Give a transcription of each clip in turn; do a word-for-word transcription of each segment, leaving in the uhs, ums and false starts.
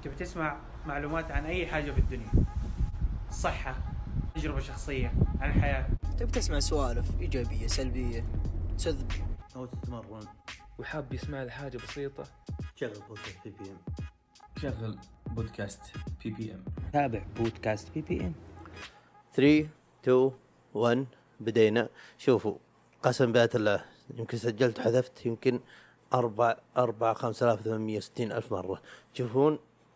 تبي تسمع معلومات عن أي حاجة في الدنيا، صحة، تجربة شخصية عن الحياة، تبي تسمع سوالف إيجابية سلبية تسذب أو تتمرن وحاب يسمع لحاجة بسيطة، شغل بودكاست بي بي ام. شغل بودكاست بي بي ام. تابع بودكاست بي بي ام. ثلاثة اثنين واحد بدينا. شوفوا قسم بات الله يمكن سجلت وحذفت يمكن أربع أربع خمسة آلاف ثمانمية وستين ألف مرة. تشوفون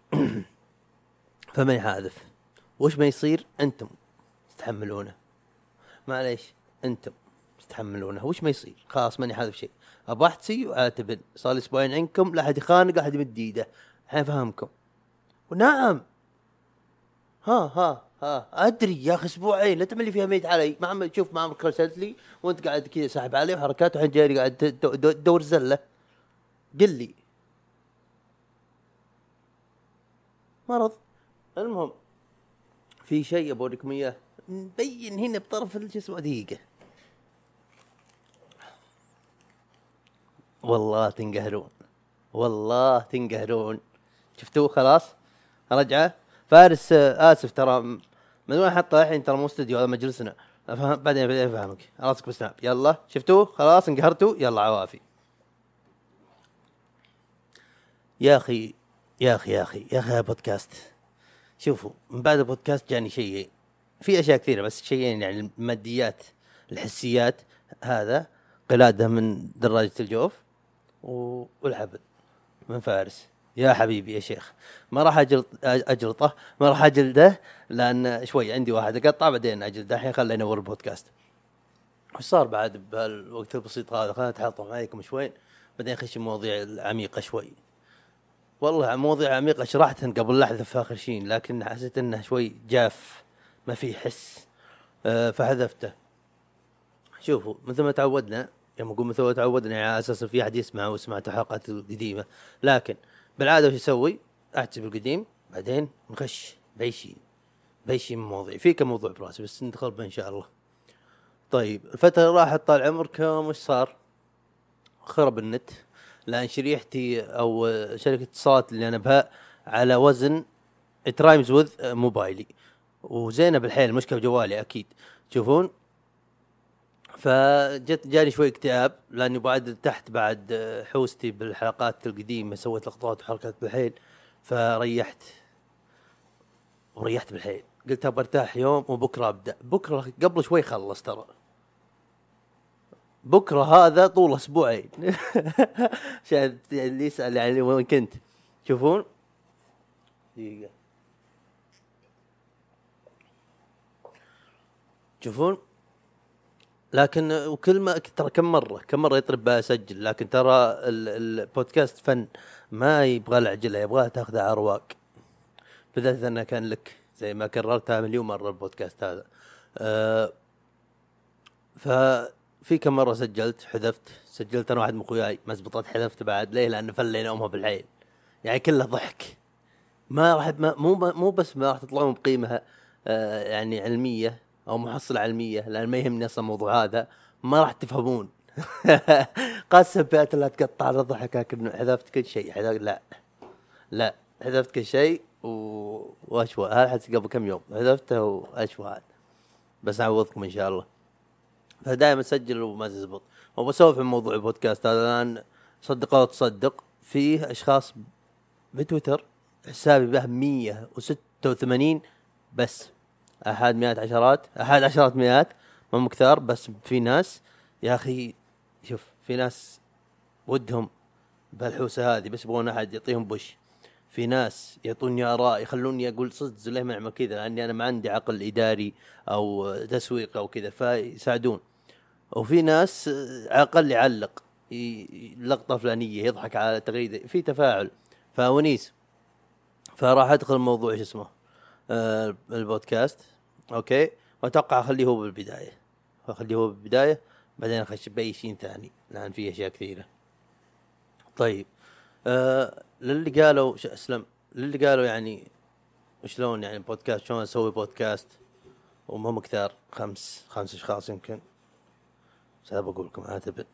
فما يحاذف وش ما يصير أنتم تتحملونه، معليش أنتم تتحملونه وش ما يصير، خلاص ماني حاذف شيء. أبحثي وعاتبن صار لي أسبوعين عندكم، لا أحد يخانق أحد يمد إيده، الحين فهمكم. ونعم ها ها ها ادري يا اخي اسبوعين لا تعمل لي فيها ميت علي. ما عم تشوف ما عمرك رسلت لي وانت قاعد كذا ساحب علي وحركات وحين جاي قاعد تدور زله. قل لي مرض. المهم في شيء ابوريكم اياه مبين هنا بطرف الجسم. دقيقه والله تنقهرون، والله تنقهرون. شفتوه خلاص رجعه فارس. آسف ترى من وين حطه الحين، ترى مو استوديو هذا مجلسنا. أفهم بعدين بعدين أفهمك راسك بسناب. يلا شفتوه خلاص انقهرتوا، يلا عوافي. يا أخي يا أخي يا أخي يا أخي بودكاست. شوفوا من بعد البودكاست جاني شيء، في أشياء كثيرة بس شيئين يعني الماديات الحسيات. هذا قلادة من دراجة الجوف والحبل من فارس. يا حبيبي يا شيخ ما راح أجلط أجلطه، ما راح أجلده لأن شوي عندي واحد أقطع بعدين أجلده. الحين خلينا نور البودكاست. وش صار بعد بهالوقت البسيط هذا؟ خلينا نتحطم عليكم شوي بعدين نخش مواضيع عميقة شوي. والله مواضيع عميقة شرحتها قبل لحظة في آخر شيء لكن حسيت إنه شوي جاف ما فيه حس أه فحذفته. شوفوا مثل ما تعودنا، يوم أقول مثل ما تعودنا على أساس في أحد يسمع وسمعت حلقات القديمة، لكن بالعادة وش أسوي؟ أحسب القديم بعدين نخش بيشي بيشي من مواضيع. في كم موضوع براسي بس ندخل بإن شاء الله. طيب الفترة راحت طال عمركم وش صار؟ خرب النت لأن شريحتي أو شركة اتصالات اللي أنا بها على وزن ترايمز وذ موبايلي وزينة بالحيل. مشكلة بجوالي أكيد تشوفون. فجت جاني شوي اكتئاب لاني بعد تحت بعد حوستي بالحلقات القديمه سويت لقطات وحركات بالحيل فريحت وريحت بالحيل. قلت برتاح يوم وبكره ابدا. بكره قبل شوي خلص ترى بكره هذا طول اسبوعين. شاهد اللي يسال يعني وين كنت. تشوفون دقيقه تشوفون لكن وكل ما ترى كم مرة كم مرة يطلب بسجل لكن ترى البودكاست فن ما يبغى العجلة يبغى تاخذ عرواق. بالذات أنه كان لك زي ما كررتها مليون مرة البودكاست هذا. أه ففي كم مرة سجلت حذفت سجلت أنا واحد من أخوياي ما زبطت حذفت بعد ليه لأنه فلينا أمها بالعين يعني كله ضحك. ما راح مو مو بس ما راح تطلعون بقيمة أه يعني علمية أو محصلة علمية لأن ما يهمني أصلا الموضوع هذا ما راح تفهمون. قسم بيت لا تقطع الضحك لكن حذفت كل شيء. حذفت لا لا حذفت كل شيء و... وأشوى هذا حتى قبل كم يوم حذفته وأشوى بس أعوضكم إن شاء الله. فدائما أسجل وما تزبط. وبسولف عن موضوع البودكاست هذا الآن صدق أو تصدق فيه أشخاص بتويتر حسابي به مية وستة وثمانين بس أحد مئات عشرات أحد عشرات مئات ما مكثر بس في ناس يا أخي شوف في ناس ودهم بهالحوسة هذه بس يبغون أحد يعطيهم بوش. في ناس يعطوني آراء يخلوني أقول صدق زي ما أعمل كذا لأني أنا ما عندي عقل إداري أو تسويق أو كذا فيساعدون. وفي ناس عقل يعلق لقطة فلانية يضحك على تغريدة في تفاعل فونيس. فراح أدخل الموضوع إيش اسمه آه البودكاست أوكي وأتوقع أخليه هو بالبداية أخليه هو بالبداية بعدين أخش بأي شيء ثاني لأن فيه أشياء كثيرة. طيب آه للي قالوا شو أسلم للي قالوا يعني شلون يعني بودكاست شلون أسوي بودكاست ومهم كثار خمس خمس أشخاص يمكن سأبقى أقول لكم عاتب.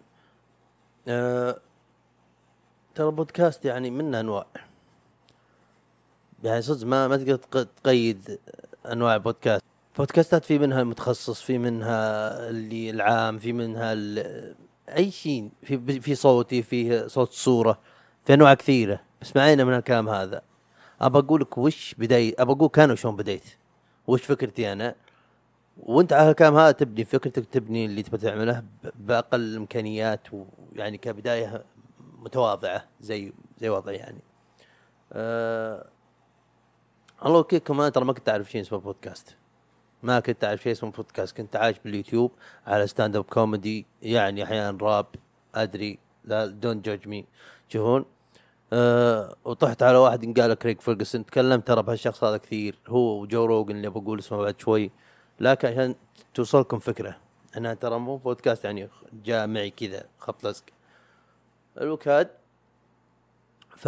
آه ترى بودكاست يعني منه أنواع يعني صدق ما ما تقدر تق- تقيد انواع البودكاست. بودكاستات في منها المتخصص، في منها اللي العام، في منها ال- اي شيء، في في صوتي، في صوت صوره، في انواع كثيره. بس معينا من الكلام هذا ابى اقول لك وش بدايه، ابى اقول كان وشون بديت، وش فكرتي انا، وانت على الكلام هذا تبني فكرتك، تبني اللي تبي تعمله ب- باقل الامكانيات، ويعني كبدايه متواضعه زي زي وضعي يعني. أه الله كيف كمان ترى ما كنت اعرف شيء اسمه بودكاست، ما كنت اعرف شيء اسمه بودكاست. كنت عايش باليوتيوب على ستاند اب كوميدي، يعني احيانا راب، ادري، لا دونت جادج مي. تشوفون أه وطحت على واحد قال كريغ فيرغسون، تكلمت ترى بهالشخص هذا كثير، هو وجو روجن اللي بقول اسمه بعد شوي. لكن عشان توصلكم فكره انا ترى مو بودكاست يعني جاء معي كذا خط لزق الوكاد. ف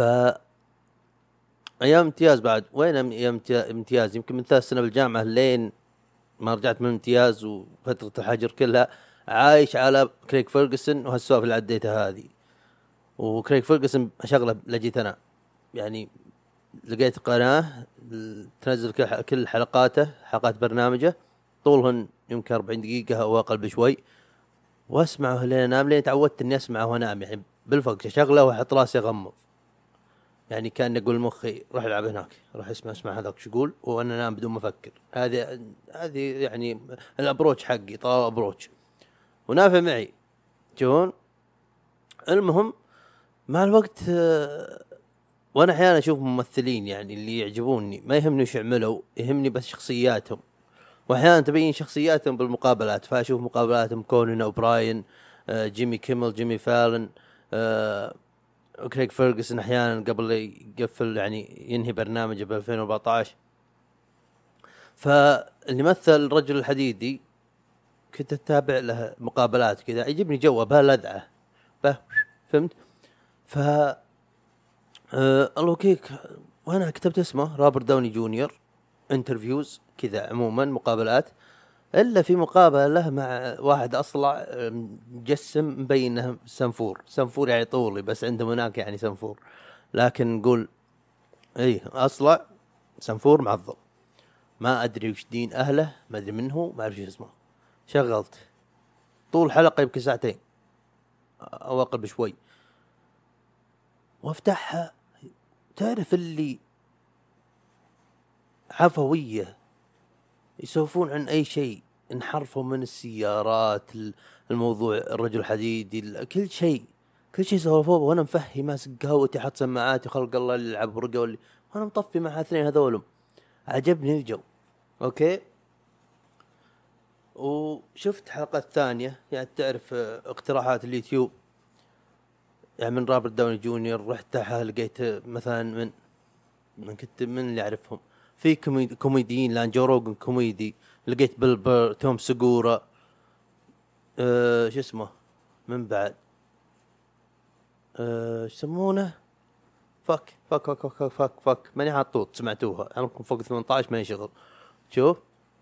ايام امتياز بعد، وين أم- ايام امتيا- امتياز يمكن من ثلاث سنة بالجامعة لين ما رجعت من امتياز وفترة الحجر كلها عايش على كريغ فيرغسون وهالسوالف اللي عديتها هذه. وكريغ فيرغسون اشغله لجيت انا يعني، لقيت قناة تنزل كل ح- كل حلقاته، حلقات برنامجه طولهن يمكن أربعين دقيقة او اقل بشوي، واسمعه لين انام، لين تعودت اني اسمعه وانام يعني بالفقش، اشغله واحط راسي اغمض، يعني كان يقول مخي روح العب هناك، روح اسمع اسمع هذاك شو يقول، وانا انام بدون ما افكر. هذه هذه يعني الابروتش حقي، طال ابروتش ونافع معي. تشوفون المهم مع الوقت آه، وانا احيانا اشوف ممثلين يعني اللي يعجبوني، ما يهمني وش يعملوا، يهمني بس شخصياتهم، واحيانا تبين شخصياتهم بالمقابلات، فاشوف مقابلاتهم كونان اوبراين، آه، جيمي كيمل، جيمي فالن، آه، كريغ فيرغسون احيانا قبل يقفل يعني ينهي برنامجه ب ألفين وأربعة عشر. فاللي مثل الرجل الحديدي كنت اتابع له مقابلات كذا، يعجبني جوه بهاللذعه به، فهمت؟ ف آه الله كيك، وانا كتبت اسمه روبرت داوني جونيور انترفيوز كذا، عموما مقابلات، الا في مقابله له مع واحد اصلع آه، مجسم مبينه سنفور، سنفور يعني طولي بس عندهم هناك يعني سنفور، لكن نقول ايه اصلع سنفور معضل، ما ادري وش دين اهله، ما ادري منه، ما اعرف ايش اسمه. شغلت طول حلقه يمكن ساعتين او اقل بشوي، وافتحها تعرف اللي عفويه يسولفون عن اي شيء، انحرفوا من السيارات، الموضوع الرجل الحديدي، كل شيء كل شيء سولفوه، وانا مفهي ماسك قهوتي حاط سماعاتي خلق الله اللي يلعب ورقه واللي، وانا مطفي مع اثنين هذولم. عجبني الجو اوكي. وشفت حلقات ثانية يعني تعرف آه، اقتراحات اليوتيوب يعني من رابرت داوني جونيور، رحت لقيت مثلا من من كنت من اللي اعرفهم في كوميدي كوميديين، لان جو روجن كوميدي، لقيت بيل بير، توم سيجورا، أه شو اسمه من بعد أه يسمونه فك فك فك فك فك فك ماني حاطوط، سمعتوها عمركم فوق ثمانية عشر ماني شغل. شوف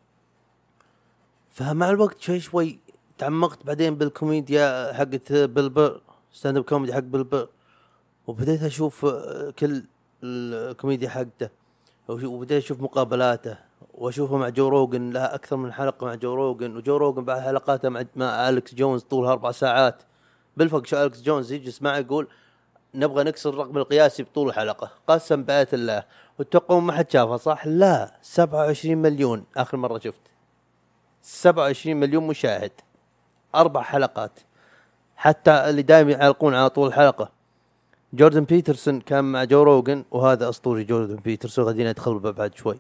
فمع الوقت شوي شوي تعمقت بعدين بالكوميديا حقت بيل بير، ستاند اب كوميدي حق بيل بير، وبديت اشوف آه، كل الكوميديا حقته، وبديت اشوف مقابلاته، واشوفه مع جو روجن، لها اكثر من حلقه مع جو روجن، وجو روجن بعد حلقاته مع, مع اليكس جونز طولها اربع ساعات بالفق. شو اليكس جونز يجلس معه يقول نبغى نكسر الرقم القياسي بطول الحلقه، قسم بآية الله. وتتوقعون ما حد شافها صح؟ لا، سبعة وعشرين مليون اخر مره شفت، سبعة وعشرين مليون مشاهد، اربع حلقات، حتى اللي دائما يعلقون على طول الحلقه. جوردن بيترسون كان مع جو روجن، وهذا اسطوري جوردن بيترسون، غاديين ندخل بعد شوي.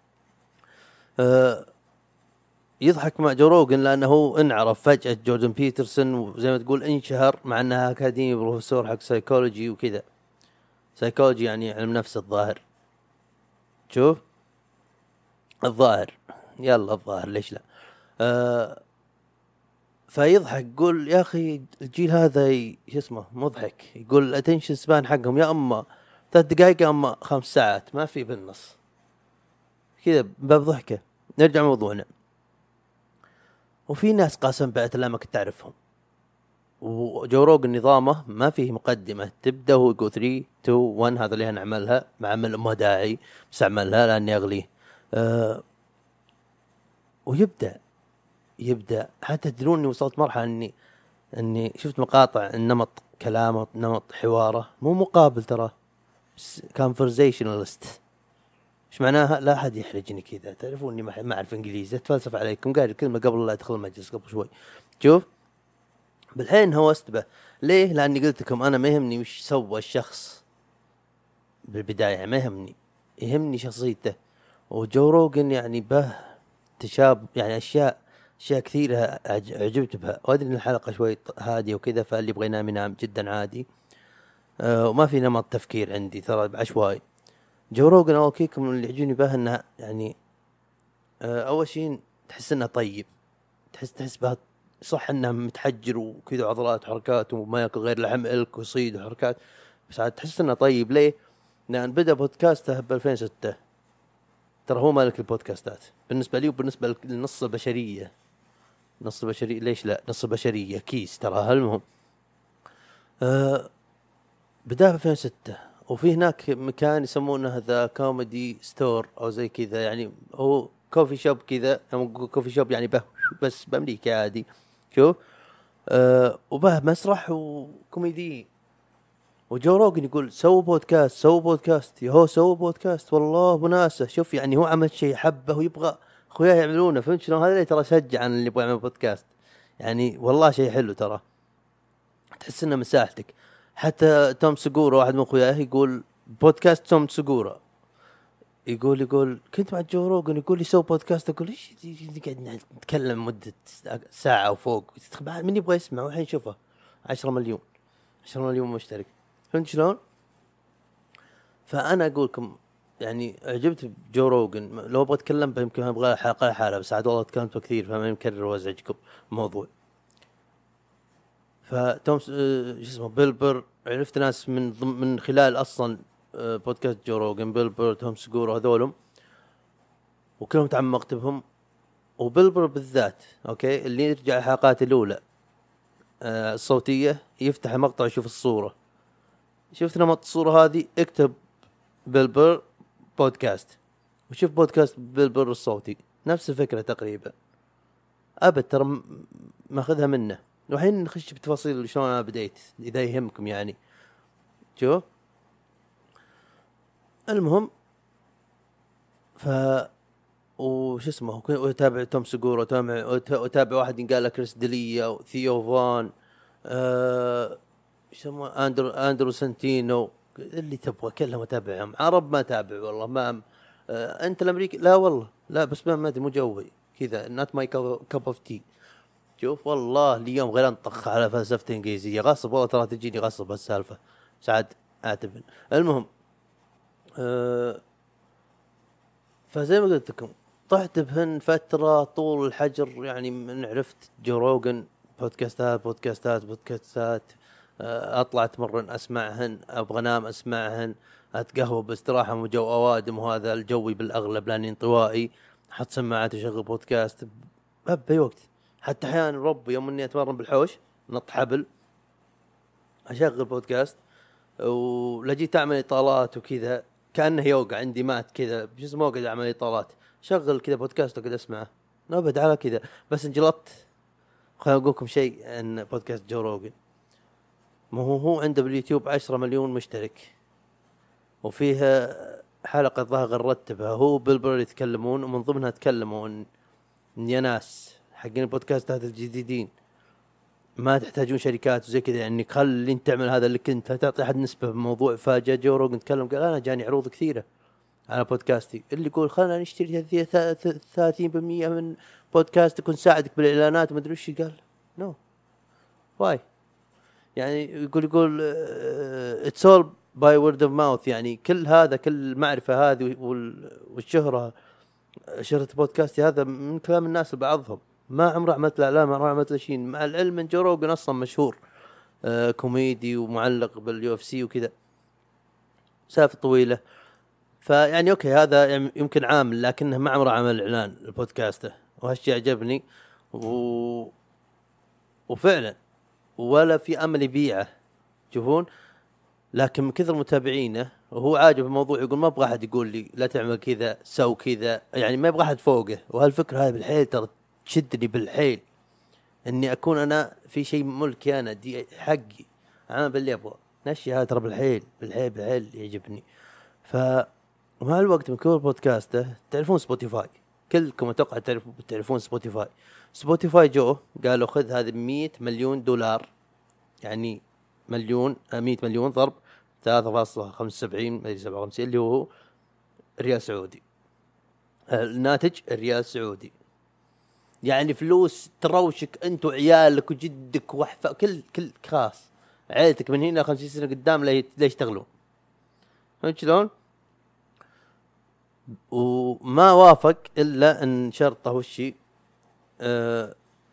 أه يضحك مع جو روجن لانه هو انعرف فجأة جوردن بيترسون، وزي ما تقول انشهر مع انها اكاديمي بروفيسور حق سايكولوجي وكذا، سايكولوجي يعني علم نفس الظاهر، شوف الظاهر، يلا الظاهر ليش لا. أه فيضحك يقول يا اخي الجيل هذا ي- شو اسمه مضحك، يقول الاتنشن سبان حقهم يا اما ثلاث دقائق يا اما خمس ساعات، ما في بالنص كذا، باب ضحكه. نرجع موضوعنا. وفي ناس قاسم بعت الله ما كنت تعرفهم، وجو روجن نظامه ما فيه مقدمة، تبدأ هو يقول ثلاثة اثنين واحد هذا اللي هنعملها مع عمل ما داعي بس أعملها لأني أغليه. أه ويبدأ يبدأ حتى تدروني وصلت مرحلة أني أني شفت مقاطع النمط كلامه نمط حواره مو مقابل ترى conversationalist. ايش معناها؟ لا أحد يحرجني كذا، تعرفوني ما أعرف إنجليزي أتفلسف عليكم قاعد الكلمة قبل لا أدخل المجلس قبل شوي. شوف بالحين هوست به ليه؟ لأني قلت لكم أنا ما يهمني وش سوى الشخص بالبداية، ما يهمني يهمني شخصيته. وجو روجن يعني به تشاب يعني أشياء أشياء كثيرة أعجبت بها، وأدري إن الحلقة شوي هادية وكذا فاللي يبغى ينام ينام جدا عادي. أه وما في نمط تفكير عندي ترى عشوائي. جو روجن أول كيكم اللي يعجبني به إنه يعني أه أول شيء تحس إنه طيب، تحس تحس به صح إنه متحجر وكذا عضلات حركات وما يأكل غير لحم إلك وصيد وحركات، بس عاد تحس إنه طيب. ليه؟ لأن بدأ بودكاسته ب ألفين وستة، ترى هو مالك البودكاستات بالنسبة لي وبالنسبة لنص البشرية. نص البشرية ليش لا نص البشرية كيس ترى. المهم أه بدأ ب ألفين وستة وفي هناك مكان يسمونه ذا كوميدي ستور أو زي كذا، يعني هو كوفي شوب كذا، كوفي شوب يعني به بس بأمريكا عادي. شوف أه وبه مسرح وكوميدي. وجو روجن يقول سووا بودكاست سووا بودكاست يهو سووا بودكاست والله بناسة. شوف يعني هو عمل شيء حبه ويبغى اخويا يعملونه، فهمت شلون؟ هذا اللي ترى شجع عن اللي يبغى يعمل بودكاست، يعني والله شيء حلو ترى، تحس انه مساحتك. حتى توم سيجورا واحد من اخوياه يقول بودكاست توم سيجورا، يقول يقول كنت مع جو روجن يقول لي سووا بودكاست، اقول ايش قاعد نتكلم مدة ساعة وفوق من يبغى يسمع؟ والحين شوفه عشرة مليون عشرة مليون مشترك، فهمت شلون؟ فأنا أقولكم يعني عجبت جو روجن. لو أبغى أتكلم يمكن أبغى حلقة حالة، بس عاد والله تكلمت كثير فما يمكرر وأزعجكم موضوع. فتوم شو اسمه بيلبر عرفت ناس من من خلال أصلا بودكاست جو روجن، بيلبر توم سيجورا هذولهم وكلهم تعمقت بهم. وبيلبر بالذات أوكي اللي يرجع الحلقات الأولى الصوتية يفتح مقطع يشوف الصورة، شفت نمط الصورة هذه اكتب بيلبر بودكاست وشوف بودكاست بيلبر الصوتي نفس الفكرة تقريبا. أبد ترى ماخذها منه. وحين نخش بتفاصيل شلون أنا بديت إذا يهمكم يعني. شوف المهم ف وش اسمه وتابع توم سيجورا وتابع وتابع واحد قال لك كريس ديليا وثيو فان أه يسمونه اندرو اندرو سانتينو اللي تبغى كلهم اتابعهم. عرب ما تابع والله ما آه انت الامريكي لا والله لا بس ما ادري مو جوي كذا نات ماي كاب اوف تي. شوف والله اليوم غير انطخ على فلسفه انجليزيه غصب والله ترى تجيني غصب هالسالفه سعد اعتبر. المهم آه فزي ما قلت لكم طحت بهن فتره طول الحجر، يعني من عرفت جو روجن بودكاستات بودكاستات بودكاستات اطلع اتمرن اسمعهن، ابغى انام اسمعهن، اتقهوى باستراحه وجو اوادم وهذا الجوي بالاغلب لاني انطوائي، احط سماعات اشغل بودكاست باي وقت. حتى احيانا رب يوم اني اتمرن بالحوش نط حبل اشغل بودكاست، ولا جيت اعمل اطالات وكذا كانه يوقع عندي مات كذا بجوز ما اقعد اعمل اطالات شغل كذا بودكاست وقعد اسمعه نبد على كذا. بس انجلطت. خليني اقول لكم شيء عن بودكاست جو روجن. ما هو هو عنده باليوتيوب عشرة مليون مشترك وفيها حلقة ظاهر رتبها هو بيلبر يتكلمون ومن ضمنها تكلموا ان يا ناس حقين البودكاستات الجديدين ما تحتاجون شركات وزي كذا، يعني خلي انت تعمل هذا اللي كنت تعطي احد نسبة بموضوع. فجاء جو روجن تكلم قال انا جاني عروض كثيرة على بودكاستي اللي يقول خلنا نشتري ثلاثين بالمئة من بودكاستك ونساعدك بالاعلانات وما ادري وش. قال نو واي يعني يقول يقول اتس اول باي وورد اوف ماوث، يعني كل هذا كل المعرفه هذه والشهره شهره بودكاستي هذا من كلام الناس لبعضهم، ما عمره عملت اعلان ما عمره عملت شيء. مع العلم ان جو روجن اصلا مشهور آه كوميدي ومعلق باليو اف سي وكذا سالفه طويله. فيعني اوكي هذا يمكن عامل لكنه ما عمره عمل اعلان البودكاست وهالشيء عجبني و... وفعلا ولا في امل يبيعه، تشوفون. لكن من كثر متابعينه وهو عاجب الموضوع، يقول ما ابغى احد يقول لي لا تعمل كذا سو كذا، يعني ما يبغى احد فوقه. وهالفكره هاي بالحيل ترى تشدني بالحيل، اني اكون انا في شيء ملكي انا، دي حقي، انا باللي ابغى نشي. هذا ترى بالحيل بالحيل بالحيل يعجبني. ف ومع الوقت من كل بودكاسته، تعرفون سبوتيفاي، كلكم اتوقع تعرفون تعرفون سبوتيفاي. سبوتيفاي جو قالوا خذ هذه مية مليون دولار، يعني مليون مية مليون ضرب ثلاثة فاصلة خمسة وسبعين ما ادري سبعة وخمسين اللي هو ريال سعودي. الناتج الريال السعودي، يعني فلوس تروشك انت وعيالك وجدك وحفا كل كل خاص عيلتك من هنا خمسين سنة قدام لا يشتغلون. فهمت شلون؟ وما وافق الا ان شرطه وشي آه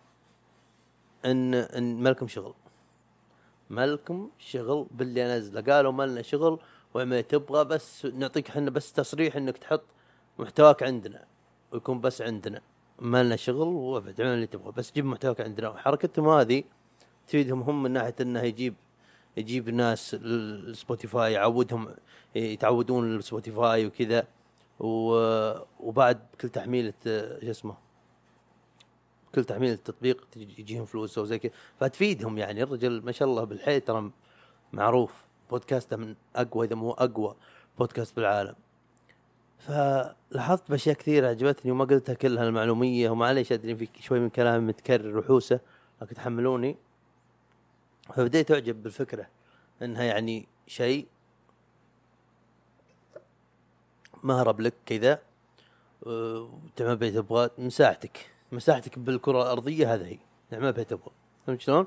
ان ان مالكم شغل، مالكم شغل باللي انزله. قالوا مالنا شغل وما تبغى، بس نعطيك احنا بس تصريح انك تحط محتواك عندنا ويكون بس عندنا، مالنا شغل وابد اعمل اللي تبغى بس جيب محتواك عندنا. وحركتهم هذه تفيدهم هم من ناحيه انه يجيب يجيب ناس السبوتيفاي، يعودهم يتعودون السبوتيفاي وكذا. وبعد كل تحميله شو اسمه كل تحميل التطبيق يجيهم فلوس او زي كذا، فتفيدهم. يعني الرجل ما شاء الله بالحيل ترى معروف، بودكاسته من اقوى اذا مو اقوى بودكاست بالعالم. فلاحظت باشياء كثيره عجبتني وما قلتها كلها المعلوميه، ومعليش ادري في شوي من كلام متكرر وحوسه لكن تحملوني. فبديت اعجب بالفكره انها يعني شيء مهرب لك كذا، وتعمل بيت تبغى مساحتك مساحتك بالكرة الأرضية، هذا هي نعمل بيت تبغى. فهمت شلون؟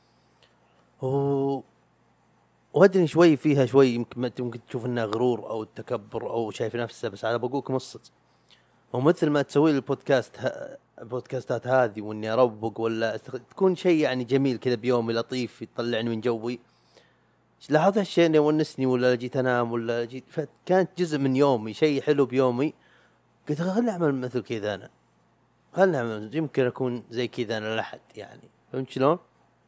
و وادري شوي فيها شوي يمكن ممكن تشوف انها غرور او تكبر او شايف نفسه، بس انا بقولكم الصدق. ومثل ما تسوي البودكاست ها... البودكاستات هذه واني اروق ولا تكون شيء يعني جميل كذا بيومي لطيف يطلعني من جوي. لاحظت هالشيء انه يونسني ولا جيت انام ولا جيت، فكانت جزء من يومي، شيء حلو بيومي. قلت خلني اعمل مثل كذا انا، خلني اعمل يمكن اكون زي كذا انا لحد يعني. فهمت شلون؟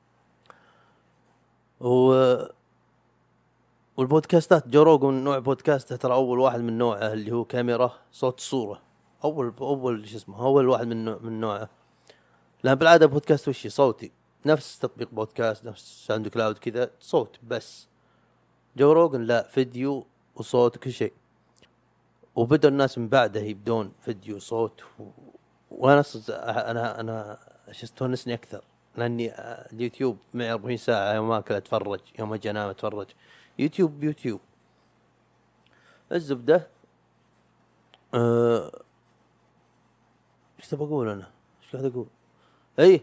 و والبودكاستات جو روغن نوع بودكاسته ترى اول واحد من نوعه اللي هو كاميرا صوت صورة، اول اول شو اسمه اول واحد من نوع من نوعه. لان بالعاده بودكاست وشي صوتي، نفس تطبيق بودكاست نفس ساوند كلاود كذا صوت بس. جو روغن لا، فيديو وصوت كل شيء. وبدأ الناس من بعده يبدون فيديو صوت و... وانا صز... انا انا استونسني اكثر لاني اليوتيوب معي أربعين ساعه، يوم اكل اتفرج، يوم اجي انام اتفرج. يوتيوب يوتيوب الزبده. أه... ايش تبغى اقول انا؟ ايش قاعد اقول؟ اي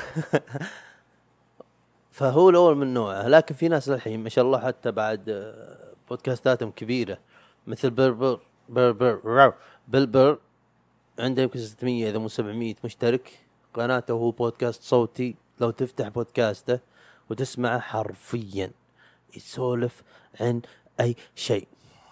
فهو الاول من نوعه. لكن في ناس الحين ما شاء الله حتى بعد بودكاستاتهم كبيره، مثل بربر بربر بلبر عنده يمكن ستمية اذا مو سبعمية مشترك. قناته هو بودكاست صوتي، لو تفتح بودكاسته وتسمعه حرفيا يسولف عن اي شيء،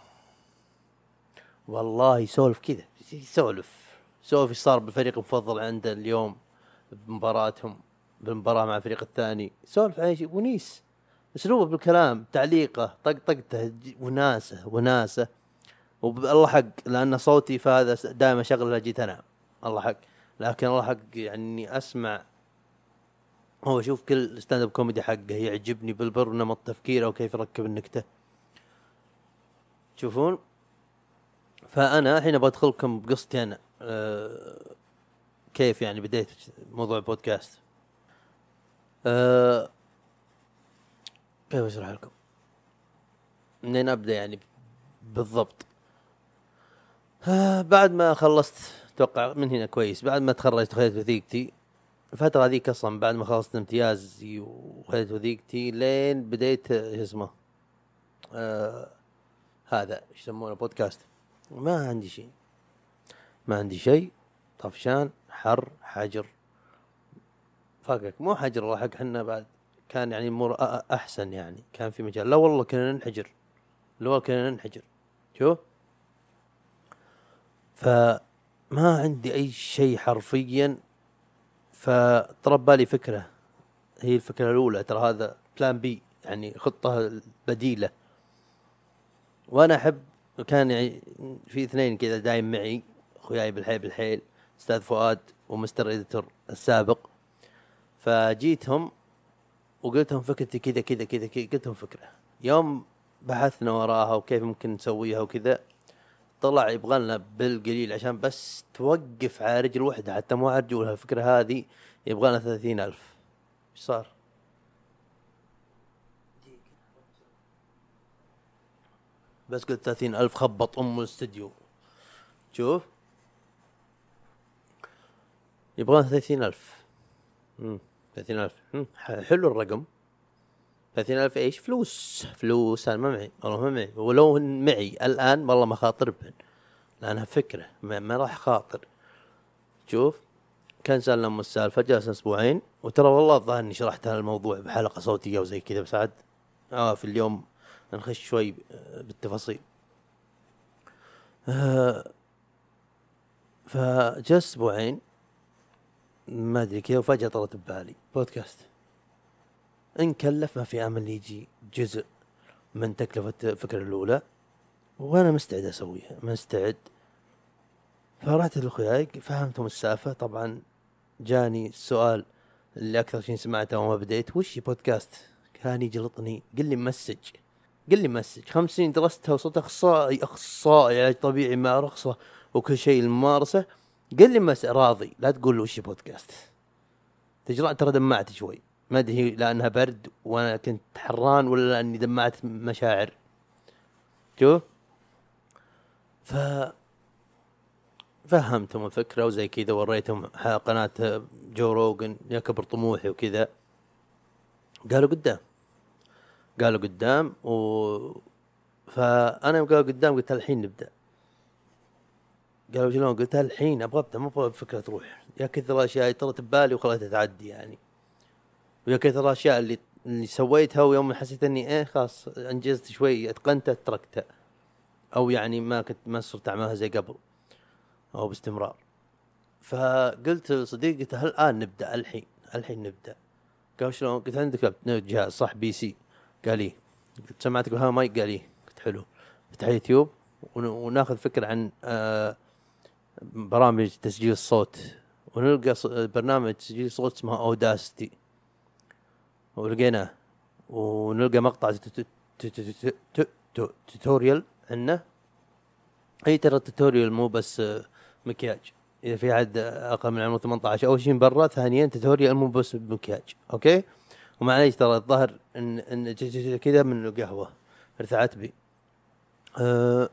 والله يسولف كذا يسولف سولف ايش صار بالفريق المفضل عنده اليوم بمباراتهم بالمباراة مع الفريق الثاني، سولف عن اي شيء ونيس. اسلوبه بالكلام، تعليقه، طقطقته، وناسه وناسه. والله حق لأن صوتي فهذا دائما شغله جيت أنام، الله حق. لكن الله حق يعني أسمع هو أشوف كل ستاند اب كوميدي حقه يعجبني بالبر ونمط تفكيره وكيف يركب النكتة، تشوفون. فأنا الحين بدخلكم بقصتي أنا أه كيف يعني بديت موضوع البودكاست. أه كيف أشرح لكم منين أبدأ يعني بالضبط. آه بعد ما خلصت توقع من هنا كويس، بعد ما تخرجت خذيت وثيقتي الفترة هذيك أصلا، بعد ما خلصت امتيازي وخذيت وثيقتي لين بديت اسمه آه هذا ايش يسمونه بودكاست. ما عندي شيء ما عندي شيء طفشان حر حجر فاقك مو حجر الله حق حنا بعد كان يعني مر أحسن يعني كان في مجال. لا والله كنا ننحجر لا والله كنا ننحجر شو. فما عندي أي شيء حرفيا. فطرب بالي فكرة هي الفكرة الأولى، ترى هذا بلان بي، يعني خطة بديلة. وأنا أحب، كان يعني في اثنين كذا دايم معي، أخوياي بالحيل بالحيل، أستاذ فؤاد ومستر إديتور السابق. فجيتهم وقلتهم فكرتي كذا كذا كذا كذا، قلتهم فكرة. يوم بحثنا وراها وكيف ممكن نسويها وكذا، طلع يبغى لنا بالقليل عشان بس توقف على رجل واحدة، حتى مو على رجولها. الفكرة هذه يبغى لنا ثلاثين ألف. إيش صار؟ بس قلت ثلاثين ألف خبط أم الاستديو. شوف، يبغى لنا ثلاثين ألف. امم ثلاثين ألف حلو الرقم. ثلاثين ألف إيش؟ فلوس فلوس. أنا ما معي والله، ما معي. ولو معي الآن والله ما خاطر بهن، لأنها فكرة ما, ما راح خاطر. شوف، كان سألنا أم السالفة، جلسنا أسبوعين، وترى والله الظاهر إني شرحت هذا الموضوع بحلقة صوتية وزي كذا، بس عاد آه في اليوم نخش شوي بالتفاصيل. آه فجلس أسبوعين ما أدري كذا، وفجأة طلعت ببالي بودكاست. إن كلف ما في أمل يجي جزء من تكلفة الفكرة الأولى، وأنا مستعد أسويها، مستعد. فرحت لأخوياي فهمتهم السالفة. طبعا جاني السؤال اللي أكثر شيء سمعته وما بديت، وش بودكاست؟ كان يجلطني، قل لي مسج قل لي مسج خمس سنين درستها وصرت أخصائي أخصائي علاج طبيعي مع رخصة وكل شيء الممارسة، قل لي مسج راضي. لا تقول وش بودكاست. تجرأ، ترى دمعت شوي، ما أدري لأنها برد وأنا كنت حران ولا لأني دمعت مشاعر. شوف، ف فهمتهم الفكرة وزي كذا، وريتهم قناة جو روغن يكبر طموحي وكذا. قالوا قدام قالوا قدام و فأنا يوم قالوا قدام قلت الحين نبدأ. قالوا شلون؟ قلت الحين أبغى أبدأ، ما أبغى بفكرة تروح. يا كثر الأشياء طلعت ببالي وخليتها تعدي يعني، ويا كثر الأشياء اللي اللي سويتها، ويوم حسيت إني إيه خلاص أنجزت شوي أتقنتها تركتها، أو يعني ما كنت ما صرت أعملها زي قبل أو باستمرار. فقلت لصديقي هل الآن نبدأ؟ الحين الحين نبدأ. قال شلون؟ قلت عندك جهاز صح؟ بي سي؟ قال لي. قلت سمعتك بها مايك؟ قال لي. قلت حلو. فتح يوتيوب وناخذ فكرة عن آه برامج تسجيل الصوت، ونلقى برنامج تسجيل صوت اسمه اوداستي، ولقيناه. ونلقى مقطع توتوريال عنه. اي ترى التوتوريال مو بس مكياج، اذا في حد اقل من عمر ثمانية عشر اول شيء برا، ثانيا توتوريال مو بس مكياج. اوكي، ومعليش ترى الظهر ان ان كذا من القهوه ارتعت بي. أه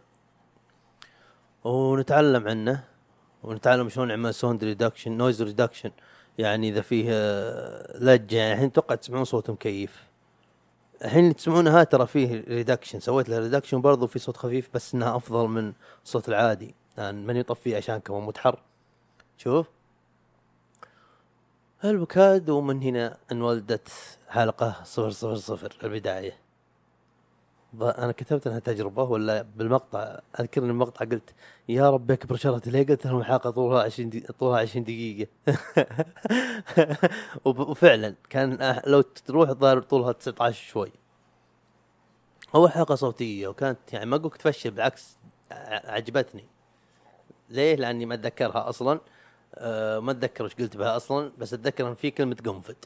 ونتعلم عنه، ونتعلم شلون نعمل ساوند ريدكشن، نويز ريدكشن، يعني اذا فيه لجه. يعني الحين توقع تسمعون صوت مكيف، الحين اللي تسمعونها ترى فيه ريدكشن، سويت له ريدكشن برضو في صوت خفيف، بس انها افضل من الصوت العادي لان يعني من يطفيه عشان كمان متحر. شوف البكاد. ومن هنا انولدت حلقة صفر صفر صفر البداية. انا كتبت انها تجربة ولا بالمقطع، اذكر ان المقطع قلت يا رب يكبر شرط ليه، قلت لهم حلقة طولها عشرين دي... طولها عشرين دقيقة. وفعلا كان لو تروح الظاهر طولها تسعة عشر شوي. هو حلقة صوتية وكانت يعني ما قلت تفشل، بالعكس عجبتني. ليه؟ لاني ما اتذكرها اصلا. أه ما اتذكر وش قلت بها اصلا، بس اتذكر ان في كلمة قنفذ.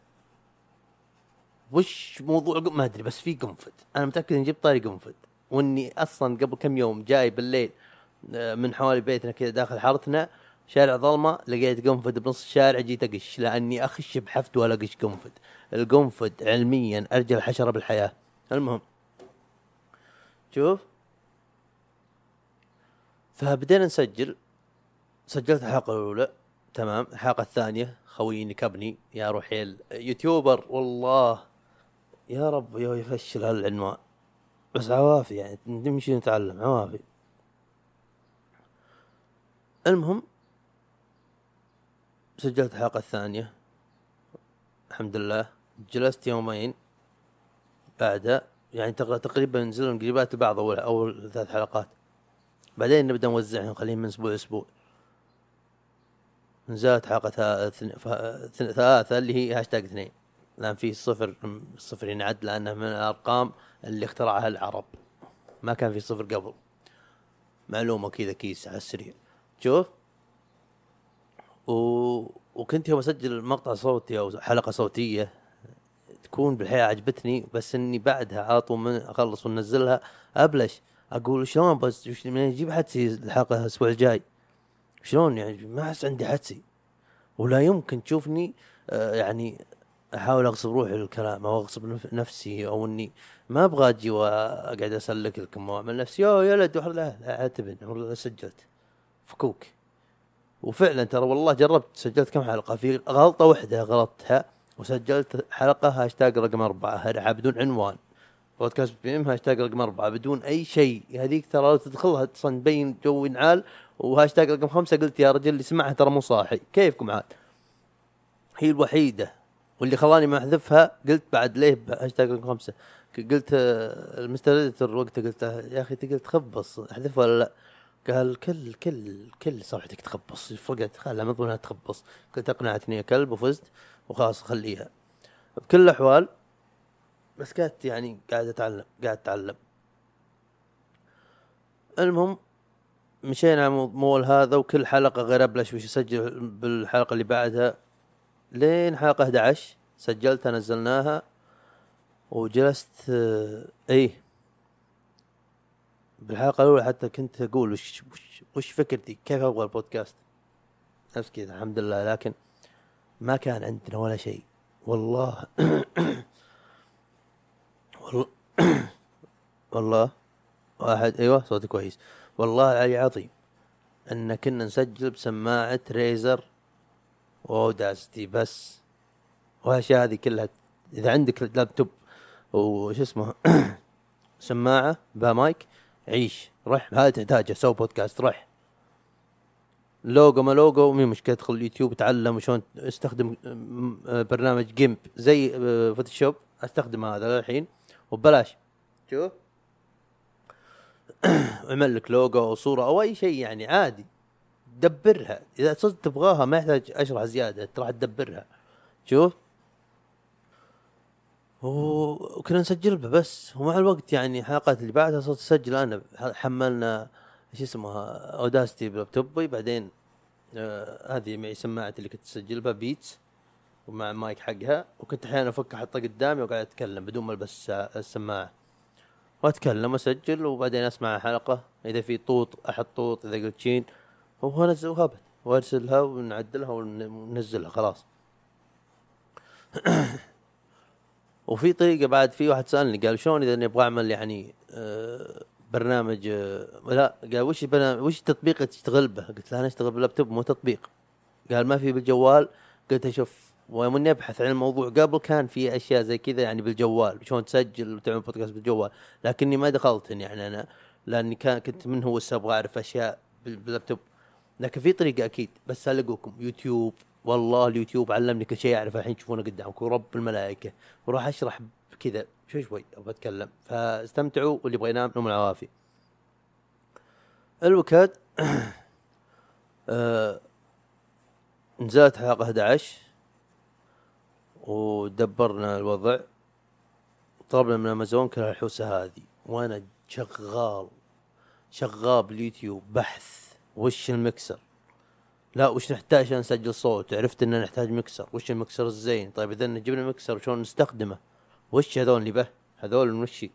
وش موضوع ما ادري، بس في قنفذ. انا متاكد اني جبت طاري قنفذ، واني اصلا قبل كم يوم جاي بالليل من حوالي بيتنا كذا داخل حارتنا شارع ظلمه، لقيت قنفذ بنص الشارع، جيت اقش لاني اخش بحفت ولا اقش قنفذ. القنفذ علميا ارجل حشره بالحياه. المهم شوف، فبدينا نسجل. سجلت الحلقه الاولى تمام. الحلقه الثانيه خويني كبني يا روحي يوتيوبر والله يا رب يا يفشل هالعنوان، بس عوافي يعني نمشي نتعلم عوافي. المهم سجلت الحلقة الثانية الحمد لله. جلست يومين بعدها، يعني تقريبا نزلنا قريبات بعض أول أول ثلاث حلقات، بعدين نبدأ نوزعهم نخليهم من أسبوع أسبوع. نزلت حلقة ثلاثة اللي هي هاشتاج اثنين. لان في صفر، الصفر ينعد لانه من الارقام اللي اخترعها العرب، ما كان في صفر قبل. معلومه كذا كيس على السريع. شوف، و... وكنت يوم اسجل مقطع صوتي او حلقه صوتيه تكون بالحياه عجبتني، بس اني بعدها على طول من اخلص وننزلها ابلش اقول شلون بس من اجيب حدسي الحلقه الاسبوع الجاي، شلون يعني ما احس عندي حدسي، ولا يمكن تشوفني آه يعني احاول اغصب روحي للكلام او اغصب نفسي، او اني ما ابغى اجي واقعد اسلك لكم واعمل نفسي يا ولد وحر. لا لا اعتبر سجلت فكوك. وفعلا ترى والله جربت سجلت كم حلقه، في غلطه واحده غلطتها وسجلت حلقه هاشتاج رقم أربعة هرعة بدون عنوان، بودكاست بي ام هاشتاج رقم أربعة بدون أي شيء. هذيك ترى لو تدخلها تصن بين جو نعال، وهاشتاج رقم خمسة قلت يا رجل اللي سمعها ترى مو صاحي، كيفكم عاد؟ هي الوحيدة واللي خلاني ما أحذفها. قلت بعد ليه هاشتاج رقم خمسة؟ قلت المستردتر وقتها قلت يا أخي تقلت تخبص أحذفها ولا لا؟ قال كل كل كل صفحتك تخبص. فقلت خلها مضمونها تخبص. قلت أقنعتني يا كلب وفزت وخلاص خليها. بكل الأحوال بس كانت يعني قاعد اتعلم قاعد اتعلم. المهم مشينا على الموضوع هذا، وكل حلقه غير ابلش وش اسجل بالحلقه اللي بعدها، لين حلقه أحد عشر سجلتها نزلناها وجلست. اه ايه بالحلقه الاولى حتى كنت اقول وش وش, وش فكرتي كيف ابغى البودكاست نفس كذا. الحمد لله، لكن ما كان عندنا ولا شيء والله. والله والله واحد ايوه صوتي كويس. والله العلي عظيم ان كنا نسجل بسماعه ريزر واوداستي بس، وهالاشياء هذه كلها. اذا عندك لابتوب وش اسمه سماعه بمايك عيش رح، هذا تحتاجه سو بودكاست رح. لوجو ما لوجو مي مشكله، تدخل اليوتيوب تعلم شلون استخدم برنامج جيمب زي فوتوشوب، استخدم هذا الحين وببلاش. شوف اعمل لك لوجو او صوره او اي شيء يعني عادي، دبرها اذا صرت تبغاها، ما يحتاج اشرح زياده، تروح تدبرها. شوف وكنا نسجل به بس، ومع الوقت يعني حلقات اللي بعدها صرت اسجل انا. حملنا ايش اسمها اوداستي بلابتوبي، بعدين آه هذه معي سماعتي اللي كنت اسجل بها بيتس ومع مايك حقها، وكنت احيانا افك احطها قدامي وقاعد اتكلم بدون ما البس السماعه واتكلم واسجل، وبعدين اسمع حلقه اذا في طوط احط طوط، اذا قلت شين هو نزل وهبت وارسلها ونعدلها وننزلها خلاص. وفي طريقه بعد، في واحد سالني قال شلون اذا نبغى اعمل يعني آه برنامج آه لا قال وش برنامج وش تطبيق تشتغل به؟ قلت له انا اشتغل باللابتوب مو تطبيق. قال ما في بالجوال. قلت شوف، ومن يبحث عن الموضوع قبل كان في اشياء زي كذا يعني بالجوال شلون تسجل وتعمل بودكاست بالجوال، لكني ما دخلت يعني انا لاني كان كنت من هو ابغى اعرف اشياء باللابتوب. لكن في طريقه اكيد، بس هلقوكم يوتيوب. والله اليوتيوب علمني كل شيء اعرفه الحين تشوفونه قدامكم ورب الملائكه، وراح اشرح كذا شوي شوي وبتكلم، فاستمتعوا واللي يبغى ينام نوم العوافي. الوكاد آه نزلت حلقه أحد عشر ودبرنا الوضع، طلبنا من امازون كل الحوسه هذه، وانا شغال شغال باليوتيوب بحث وش المكسر، لا وش نحتاج عشان نسجل صوت، عرفت اننا نحتاج مكسر، وش المكسر الزين، طيب اذا جبنا مكسر شلون نستخدمه، وش هذول اللي به هذول وش.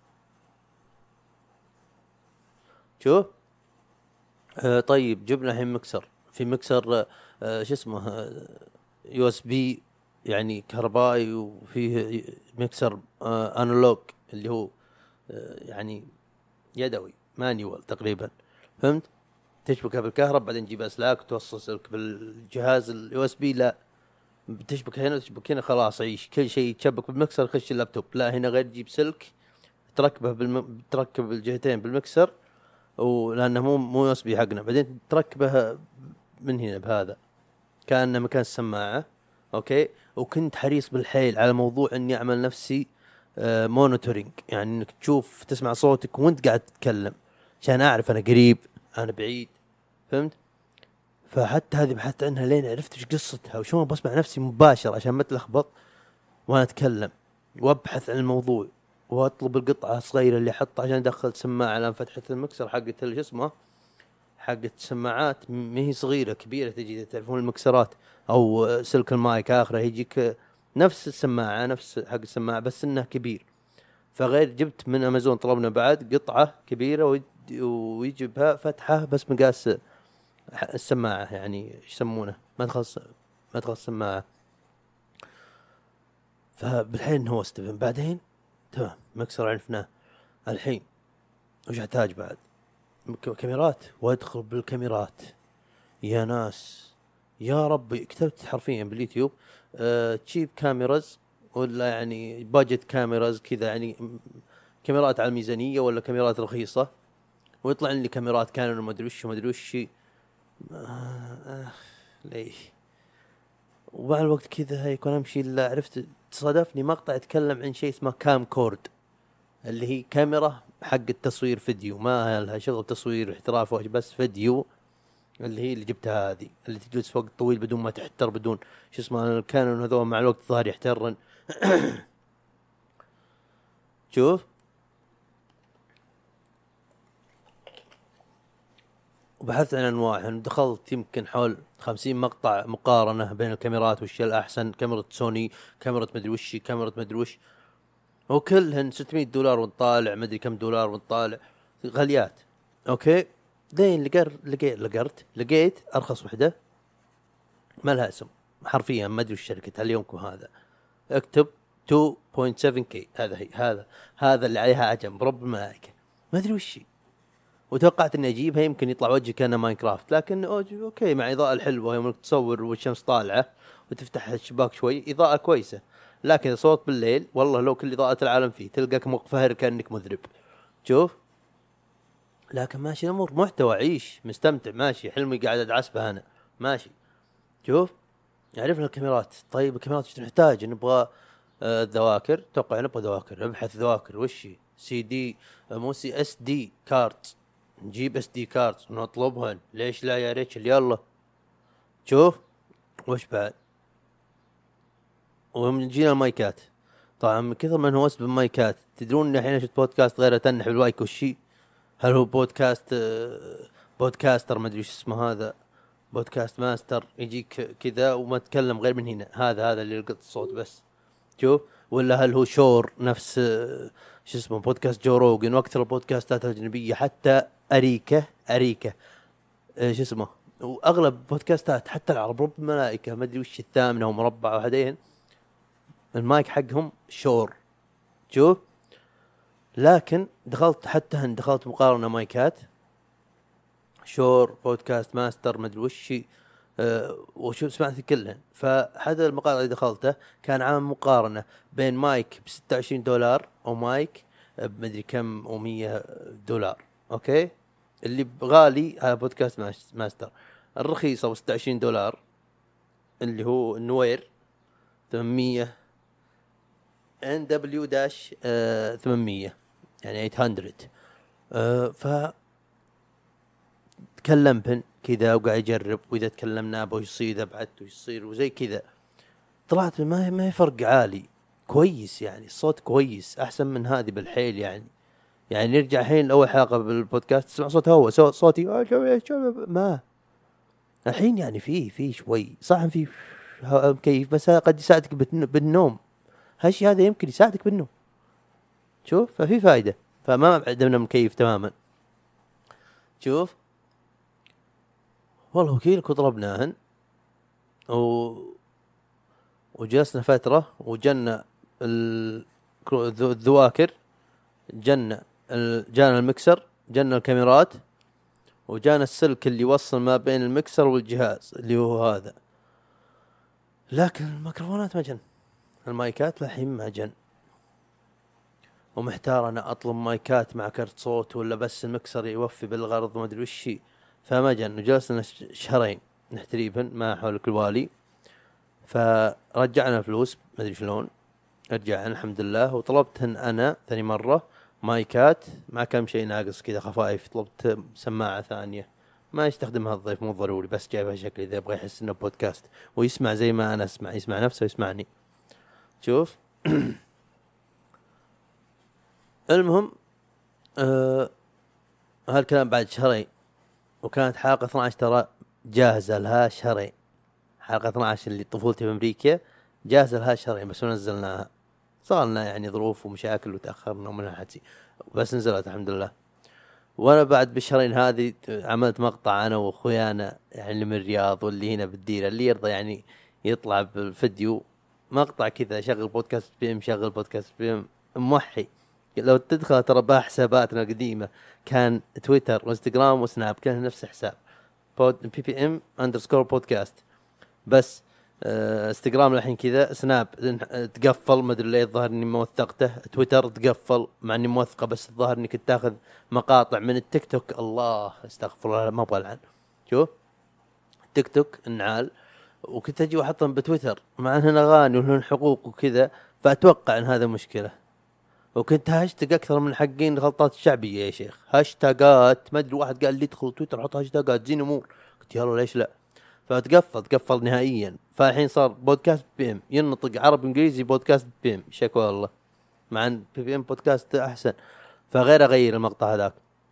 شوف آه طيب جبنا الحين مكسر، في مكسر آه شو اسمه آه يو اس بي يعني كهربائي، وفيه مكسر آه انالوج اللي هو آه يعني يدوي مانيوال تقريبا، فهمت؟ تشبكها بالكهرباء بعدين تجيب اسلاك وتوصل سلك بالجهاز اليو اس بي، لا بتشبك هنا وتشبك هنا خلاص عيش، كل شيء يتشبك بالمكسر خش اللابتوب. لا هنا غير تجيب سلك تركبه بالم... تركب الجهتين بالمكسر، ولانه مو مو يو اس بي حقنا، بعدين تركبه من هنا بهذا كأنه مكان السماعه. اوكي، وكنت حريص بالحيل على موضوع اني اعمل نفسي آه مونيتورينج، يعني انك تشوف تسمع صوتك وانت قاعد تتكلم عشان اعرف انا قريب انا بعيد، فهمت؟ فحتى هذه بحثت عنها لين عرفت ايش قصتها وشلون بسمع نفسي مباشر عشان ما تلخبط. وانا اتكلم وابحث عن الموضوع واطلب القطعه الصغيره اللي احطها عشان ادخل سماعه. لان فتحه المكسر حقت شو اسمه حقت السماعات ما هي صغيره كبيره، تجي تعرفون المكسرات او سلك المايك اخره يجيك نفس السماعه نفس حق السماعه بس انه كبير. فغير جبت من امازون طلبنا بعد قطعه كبيره ويجيبها فتحه بس مقاس السماعه، يعني ايش يسمونه مدخل مدخل السماعه. فبالحين هو استفهم بعدين تمام مكسر عرفناه. الحين وش احتاج بعد؟ كاميرات، وادخل بالكاميرات يا ناس يا ربي. كتبت حرفيا باليوتيوب أه تشيب كاميراز ولا يعني باجت كاميراز كذا، يعني كاميرات على الميزانية ولا كاميرات رخيصة، ويطلع لي كاميرات كانون وما ادري وش وما ادري وش آه آه ليه. ومع الوقت كذا هيك وانا امشي الا عرفت تصادفني مقطع يتكلم عن شيء اسمه كام كورد، اللي هي كاميرا حق التصوير فيديو، ما لها شغل تصوير احتراف بس فيديو. اللي هي اللي جبتها هذه اللي تجلس فوق طويل بدون ما تحتر، بدون شو اسمه الكانون هذول مع الوقت ظهر يحترن. شوف وبحثت عن انواعهم، دخلت يمكن حول خمسين مقطع مقارنة بين الكاميرات وش الأحسن، كاميرا سوني، كاميرا مدري وش، كاميرا مدري وش، وكلهن ستمية دولار ونطالع مدري كم دولار ونطالع غاليات. اوكي دين لقر لقيت لقرت لقيت ارخص وحده ما لها اسم حرفيا ما ادري وش شركتها اليومكم. هذا اكتب اثنين فاصلة سبعة كي، هذا هي هذا هذا اللي عليها عجم برب الملائكه ما ادري وش. وتوقعت اني اجيبها يمكن يطلع وجهي كأنه ماينكرافت، لكن اوكي مع اضاءه الحلوه يوم تصور والشمس طالعه وتفتح الشباك شوي اضاءه كويسه. لكن صوت بالليل والله لو كل اضاءه العالم فيه تلقاك مقفهر كانك مذنب. شوف لكن ماشي الامور، محتوى عيش مستمتع ماشي، حلمي قاعد ادعسبه انا ماشي. شوف عرفنا الكاميرات. طيب الكاميرات ايش نحتاج؟ نبغى آه الذواكر، توقع نبغى ذواكر. ابحث ذواكر وش سي دي آه مو سي اس دي كارت، نجيب اس دي كارت ونطلبهن. ليش لا يا ريتشل يلا. شوف وش بعد ومجينا المايكات. طبعا من كثر ما نوست بالمايكات تدرون ان الحين شفت بودكاست غير تنح بالمايك وشي. هل هو بودكاست بودكاستر ما ادري ايش اسمه هذا، بودكاست ماستر يجيك كذا وما تكلم غير من هنا، هذا هذا اللي يلقط الصوت بس. شوف ولا هل هو شور نفس شو اسمه بودكاست جو روجن واكثر البودكاستات الاجنبيه، حتى اريكه اريكه شو اسمه واغلب بودكاستات حتى العرب رب الملائكه ما ادري وش الثامنه ومربع وحدين المايك حقهم شور. شوف لكن دخلت حتى هن دخلت مقارنة مايكات شور بودكاست ماستر مدري وش أه وشوف سمعت كلهن. فهذا المقارنة اللي دخلته كان عامل مقارنة بين مايك بستة وعشرين دولار ومايك بمدري كم ومية دولار. اوكي اللي غالي هذا بودكاست ماستر، الرخيصة بستة وعشرين دولار اللي هو النوير ثمانمية ان دبليو داش ثمانمية يعني ثمانمية. أه ف تكلم بن كذا وقاعد يجرب، واذا تكلمنا ابو يصير اذا بعدت ويصير وزي كذا. طلعت ما ما فرق عالي كويس، يعني الصوت كويس احسن من هذه بالحيل. يعني يعني نرجع الحين لاول حلقه بالبودكاست تسمع صوت هو صوتي ما الحين يعني فيه فيه شوي صح فيه مكيف بس قد يساعدك بالنوم. هالشيء هذا يمكن يساعدك بالنوم. شوف ففي فائدة، فما عندنا مكيف تماما. شوف والله وكيلك وطلبناهن و... وجلسنا فترة وجنا الذواكر جنا ال... جانا المكسر جانا الكاميرات وجانا السلك اللي يوصل ما بين المكسر والجهاز اللي هو هذا. لكن الميكروفونات ما جن، المايكات لحين ما جن. ومحتار انا اطلب مايكات مع كرت صوت ولا بس المكسر يوفي بالغرض ما ادري وش. فما جن وجلسنا شهرين نحتريبن ما حولك الوالي. فرجعنا فلوس ما ادري شلون رجعنا الحمد لله. وطلبتهن انا ثاني مره مايكات مع كم شيء ناقص كذا خفايف. طلبت سماعه ثانيه ما يستخدمها الضيف مو ضروري، بس جايبها شكل اذا يبغى يحس انه بودكاست ويسمع زي ما انا اسمع، يسمع نفسه ويسمعني. شوف المهم آه هالكلام بعد شهرين، وكانت حلقة اثنا عشر ترى جاهزة لها شهرين. حلقة اثنا عشر اللي طفولتي بأمريكا جاهزة لها شهرين بس ونزلناها. صار لنا يعني ظروف ومشاكل وتأخرنا ومن حتي، بس نزلت الحمد لله. وانا بعد بالشهرين هذه عملت مقطع انا واخويانا يعني اللي من الرياض واللي هنا بالديره، اللي يرضى يعني يطلع بالفيديو مقطع كذا، شغل بودكاست بي ام، شغل بودكاست بي ام موحي. لو تدخل ترى بها حساباتنا القديمه، كان تويتر وانستغرام وسناب كان نفس الحساب، بود بي بي ام اندرسكور بودكاست. بس آه انستغرام الحين كذا، سناب تقفل ما ادري ليه، الظاهر اني ما وثقته. تويتر تقفل مع اني موثقه، بس الظاهر انك تاخذ مقاطع من التيك توك. الله استغفر الله ما ابغى العن. شوف تيك توك النعال، وكنت اجي واحطهم بتويتر مع انهن اغاني ولهن حقوق وكذا، فاتوقع ان هذا مشكله. وكنت هاشتاج اكثر من حقين غلطات الشعبيه يا شيخ، هاشتاجات ما ادري، واحد قال لي ادخل تويتر حط هاشتاجات زين امور، قلت يلا ليش لا. فتقفل تقفل نهائيا. فالحين صار بودكاست بي ام، ينطق عربي انجليزي بودكاست بي ام، شكوى الله، مع ان بي بي ام بودكاست احسن. فغير اغير المقطع هذاك.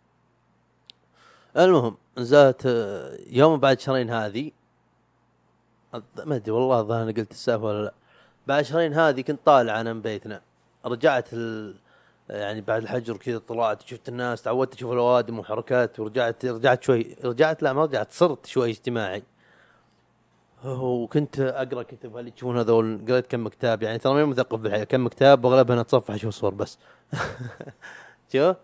المهم نزلت يوم بعد شهرين هذه، ما ادري والله الظاهر انا قلت السالفه ولا لا. بعد شهرين هذه كنت طالع انا من بيتنا، رجعت ال... يعني بعد الحجر كذا طلعت شفت الناس، تعودت اشوف الاوادم وحركات، ورجعت رجعت شوي رجعت لا ما رجعت صرت شوي اجتماعي. وكنت اقرا كتب اللي تشوفون هذول، قريت كم كتاب يعني، ترى ماني مثقف بالحياه، كم كتاب واغلبها اتصفح اشوف صور بس. شو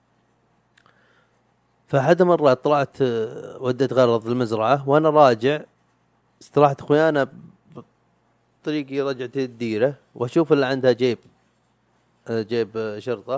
فحد مرة طلعت وديت غرض المزرعة، وانا راجع استراحت اخويانا بطريقي رجعت الديرة، واشوف اللي عندها جيب جيب شرطة.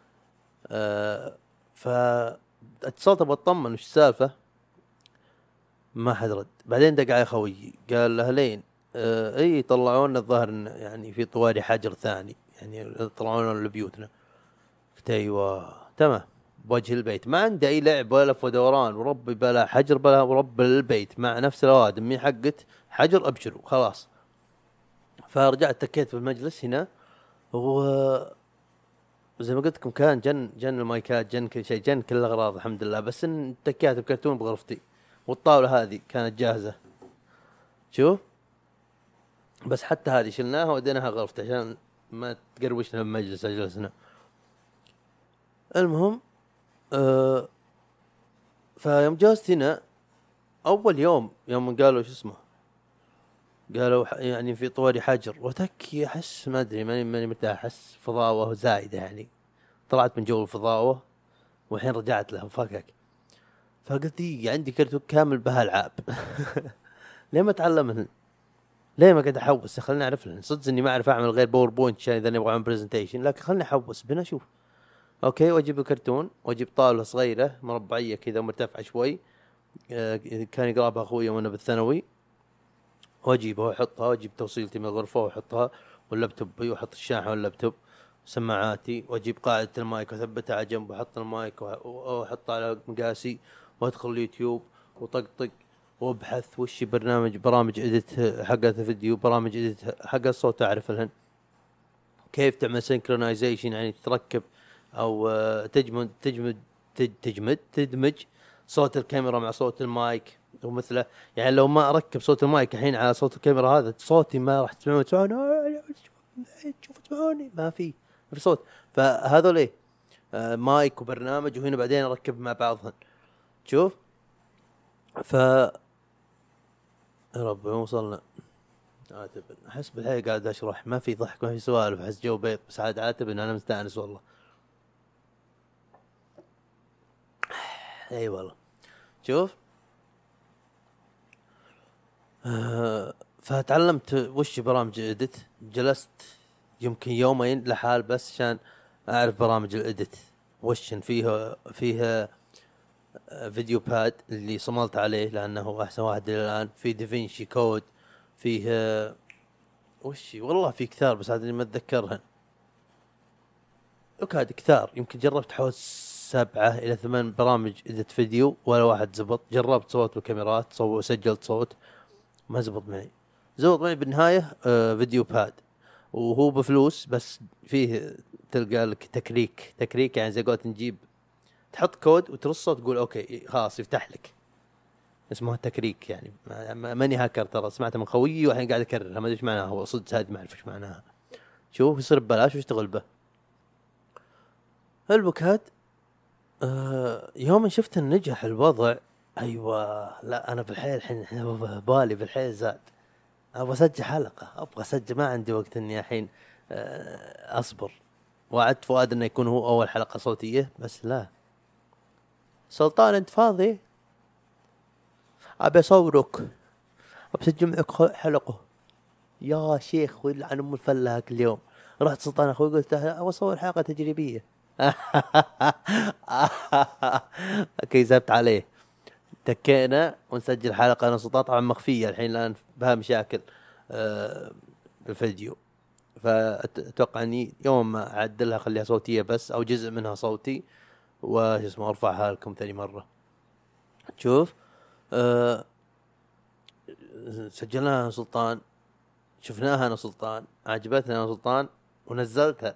فاتصلت بطمن وش السالفة، ما حد رد. بعدين دق علي خوي قال اهلين اه اي طلعونا الظاهر يعني في طواري حجر ثاني، يعني طلعونا لبيوتنا. قلت ايوه تمام بوجه البيت، ما عنده اي لعب ولا لف ودوران، وربي بلا حجر بلا ورب البيت مع نفس الاوادم مي حقت حجر ابشروا خلاص. فرجعت تكيت في المجلس هنا، و زي ما قلت لكم كان جن جن المايكات، جن كل شيء، جن كل الاغراض الحمد لله، بس ان تكيت بكرتون بغرفتي، والطاوله هذه كانت جاهزه. شوف بس حتى هذه شلناها وديناها غرفتي عشان ما تقروشنا بالمجلس اجلسنا. المهم أه فيوم جلست هنا اول يوم يوم قالوا شو اسمه، قالوا يعني في طواري حجر، وتكي احس ما ادري ماني ماني مرتاح، احس فضاوه زايده يعني. طلعت من جو الفضاوه والحين رجعت له فكك. فقلت لي عندي كرتون كامل بهالالعاب. ليه ما اتعلمهن؟ ليه ما قاعد احوس؟ خليني اعرف لهن. صدق اني ما اعرف اعمل غير باوربوينت عشان اذا نبغى اعمل برزنتيشن، لكن خليني احوس بنا اشوف. اوكي واجيب الكرتون واجيب طاوله صغيره مربعيه كذا مرتفعه شوي، آه كان يقربها اخوي وانا بالثانوي، واجيبها واحطها، واجيب توصيلتي من الغرفه واحطها، واللابتوب واحط الشاحن واللابتوب سماعاتي، واجيب قاعده المايك واثبتها على جنب، واحط المايك واحطه على مقاسي، وادخل اليوتيوب وطقطق وابحث وش برنامج برامج اديت حق الفيديو، برامج اديت حق الصوت اعرف لهن، كيف تعمل سينكرونايزيشن يعني تركب او تجمد تجمد تجمد تدمج صوت الكاميرا مع صوت المايك ومثله. يعني لو ما اركب صوت المايك الحين على صوت الكاميرا هذا صوتي ما راح تسمعون تسمعون شوف تسمعوني ما في ما في صوت. فهذول ايه آه مايك وبرنامج، وهنا بعدين اركب مع بعضهن. شوف ف يا رب وصلنا. عاتب احس بالحقيقة قاعد اشرح ما في ضحك ما في سوالف، احس جو بيض، بس عاد عاتب ان انا مستانس والله. اي والله. شوف آه فتعلمت وش برامج الاديت، جلست يمكن يومين لحال بس عشان اعرف برامج الاديت وش فيها. فيها فيديو باد اللي صملت عليه لانه احسن واحد الى الان، في دافينشي كود، فيه وش والله في كثار بس هذا اللي ما اتذكرهن. وكاد كثار يمكن جربت حوالي سبعة الى ثمان برامج اديت فيديو ولا واحد زبط. جربت صوت بالكاميرات، صو سجلت صوت ما زبط معي. زبط معي بالنهاية آه فيديو باد، وهو بفلوس بس فيه تلقى لك تكريك تكريك يعني زي قلت نجيب تحط كود وترصه وتقول اوكي خلاص يفتح لك، اسمه تكريك يعني. ماني هاكر ترى، سمعته من خويي والحين قاعد اكررها ما ادري ايش معناها، هو صدق هذه ما اعرف ايش معناها. شوف يصير ببلاش ويشتغل به البوكاد. آه يوم شفت ان نجح الوضع، ايوه لا انا بالحيل الحين بالي بالحيل زاد، ابغى اسجل حلقه، ابغى اسجل، ما عندي وقت اني الحين آه اصبر. وعدت فؤاد انه يكون هو اول حلقه صوتيه، بس لا. سلطان انت فاضي؟ ابي اصورك، بسجل معك حلقه. يا شيخ ولعن ام الفلاك اليوم. رحت سلطان اخوي قلت له ابغى اصور حلقه تجريبيه. كيزبت عليه. تكينا ونسجل حلقه انا سلطان، طبعا مخفيه الحين الان بها مشاكل أه بالفيديو، فاتوقع اني يوم ما اعدلها خليها صوتيه بس او جزء منها صوتي وش اسمه ارفعها لكم ثاني مره. شوف أه سجلناها سلطان، شفناها انا سلطان، عجبتنا انا سلطان ونزلتها.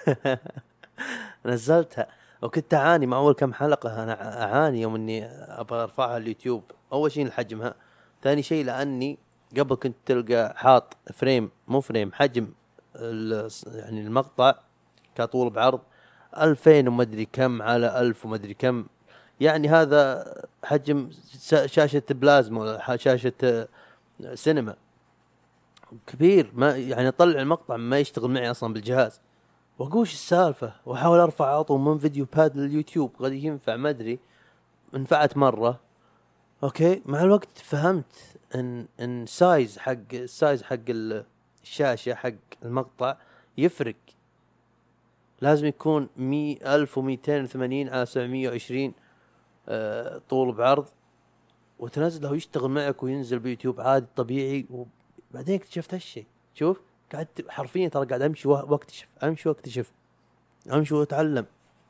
نزلتها وكنت اعاني مع اول كم حلقه، انا اعاني يوم اني ابغى ارفعها اليوتيوب. اول شيء لحجمها، ثاني شيء لاني قبل كنت تلقى حاط فريم مو فريم حجم يعني المقطع كطول بعرض ألفين وما ادري كم على ألف وما ادري كم، يعني هذا حجم شاشه بلازما، شاشه سينما كبير، ما يعني اطلع المقطع ما يشتغل معي اصلا بالجهاز. واقوش السالفه واحاول ارفع اطول من فيديو باد لليوتيوب قد ينفع، ما ادري نفعت مره. اوكي مع الوقت فهمت ان ان سايز حق السايز حق الشاشه حق المقطع يفرق، لازم يكون مية ألف ومئتين وثمانين على سبعمية وعشرين أه طول بعرض، وتنزله ويشتغل معك وينزل بيوتيوب عادي طبيعي. وبعدين اكتشفت هالشيء. شوف قعدت حرفيا ترى قاعد امشي واكتشف امشي واكتشف امشي واتعلم.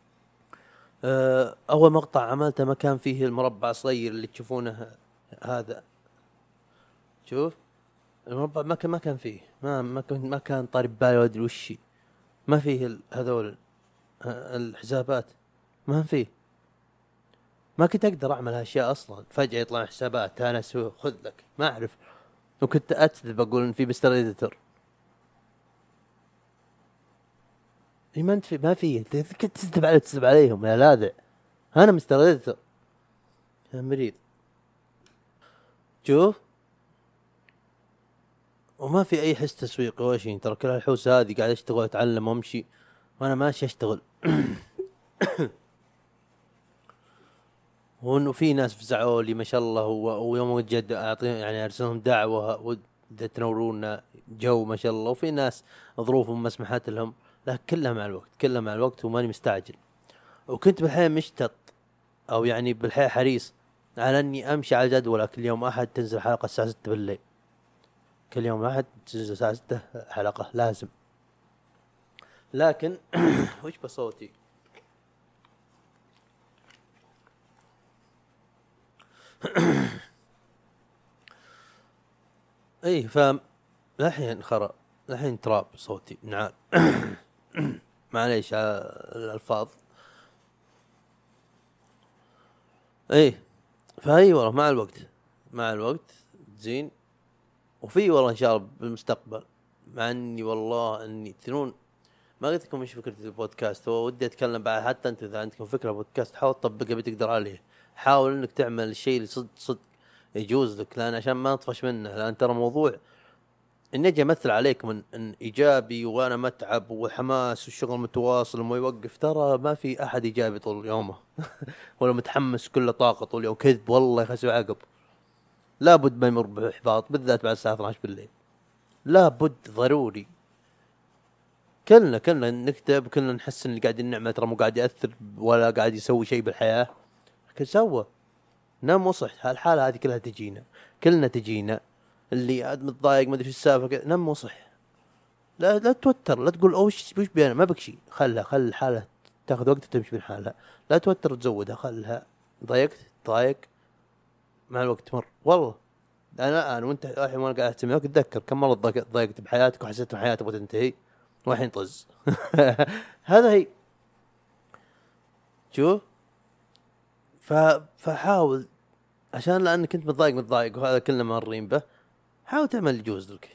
أه اول مقطع عملته ما كان فيه المربع الصغير اللي تشوفونه هذا، شوف المربع ما كان ما كان فيه ما ما كان ما كان طارب بالي وادري وش، ما فيه هذول الحسابات، ما فيه، ما كنت اقدر اعمل هالاشياء اصلا. فجاه يطلع حسابات انا اسوي خذ لك ما اعرف، وكنت اكذب اقول ان في مستر اديتور. اي ما انت في ما في كنت تكذب علي تكذب عليهم يا لاذع، انا مستر اديتور يا مريض. شوف وما في اي حس تسويقي ولا شيء، ترى كل الحوسه هذه قاعد اشتغل اتعلم وامشي وانا ماشي اشتغل. وانه في ناس فزعوا لي ما شاء الله، ويوم جد اعطيهم يعني ارسلهم دعوه وتنورونا جو ما شاء الله، وفي ناس ظروفهم ما سمحت لهم، لكن كلها مع الوقت كلها مع الوقت وماني مستعجل. وكنت بالحياة مشتط او يعني بالحياة حريص على اني امشي على جدول، كل يوم احد تنزل حلقة الساعة ستة بالليل، كل يوم احد تنزل الساعة ستة حلقة لازم. لكن وش بصوتي اي فاهم الحين خرا الحين تراب صوتي نعال. معليش على الالفاظ. ايه فهي والله مع الوقت مع الوقت زين، وفي والله ان شاء الله بالمستقبل، مع اني والله اني تنون ما قلت لكم ايش فكرة البودكاست. ودي اتكلم بعد، حتى انت اذا عندكم فكرة بودكاست حاول تطبقها بتقدر عليه، حاول انك تعمل الشيء اللي صدق صدق يجوز لك، لان عشان ما نطفش منه. لان ترى موضوع اني اجي امثل عليك من ان ايجابي وانا متعب وحماس والشغل متواصل وما يوقف، ترى ما في احد ايجابي طول يومه ولا متحمس كله طاقه طول يوم، كذب والله يخسوا عقب. لابد ما يمر باحباط بالذات بعد الساعه اثني عشر بالليل، لابد ضروري. كلنا كلنا نكتب، كلنا نحس ان اللي قاعدين نعمل ترى مو قاعد ياثر ولا قاعد يسوي شيء بالحياه، لكن سوى نام وصح. هالحاله هذه كلها تجينا، كلنا تجينا، اللي قاعد متضايق ما ادري ايش السالفه نام وصح. لا لا توتر، لا تقول اوش وش بينا ما بك شيء، خلها خل الحاله تاخذ وقت تمشي من حالها، لا توتر وتزودها، خلها ضايقت ضايق مع الوقت تمر والله. انا انا وانت الحين وانا قاعد اسمعك اتذكر كم مره ضايق- ضايقت بحياتك وحسيت ان حياتك تبغى تنتهي والحين طز. هذا هي. شوف ف فحاول عشان لانك انت متضايق متضايق وهذا كلنا مارين به، حاول تعمل اللي يجوز لك،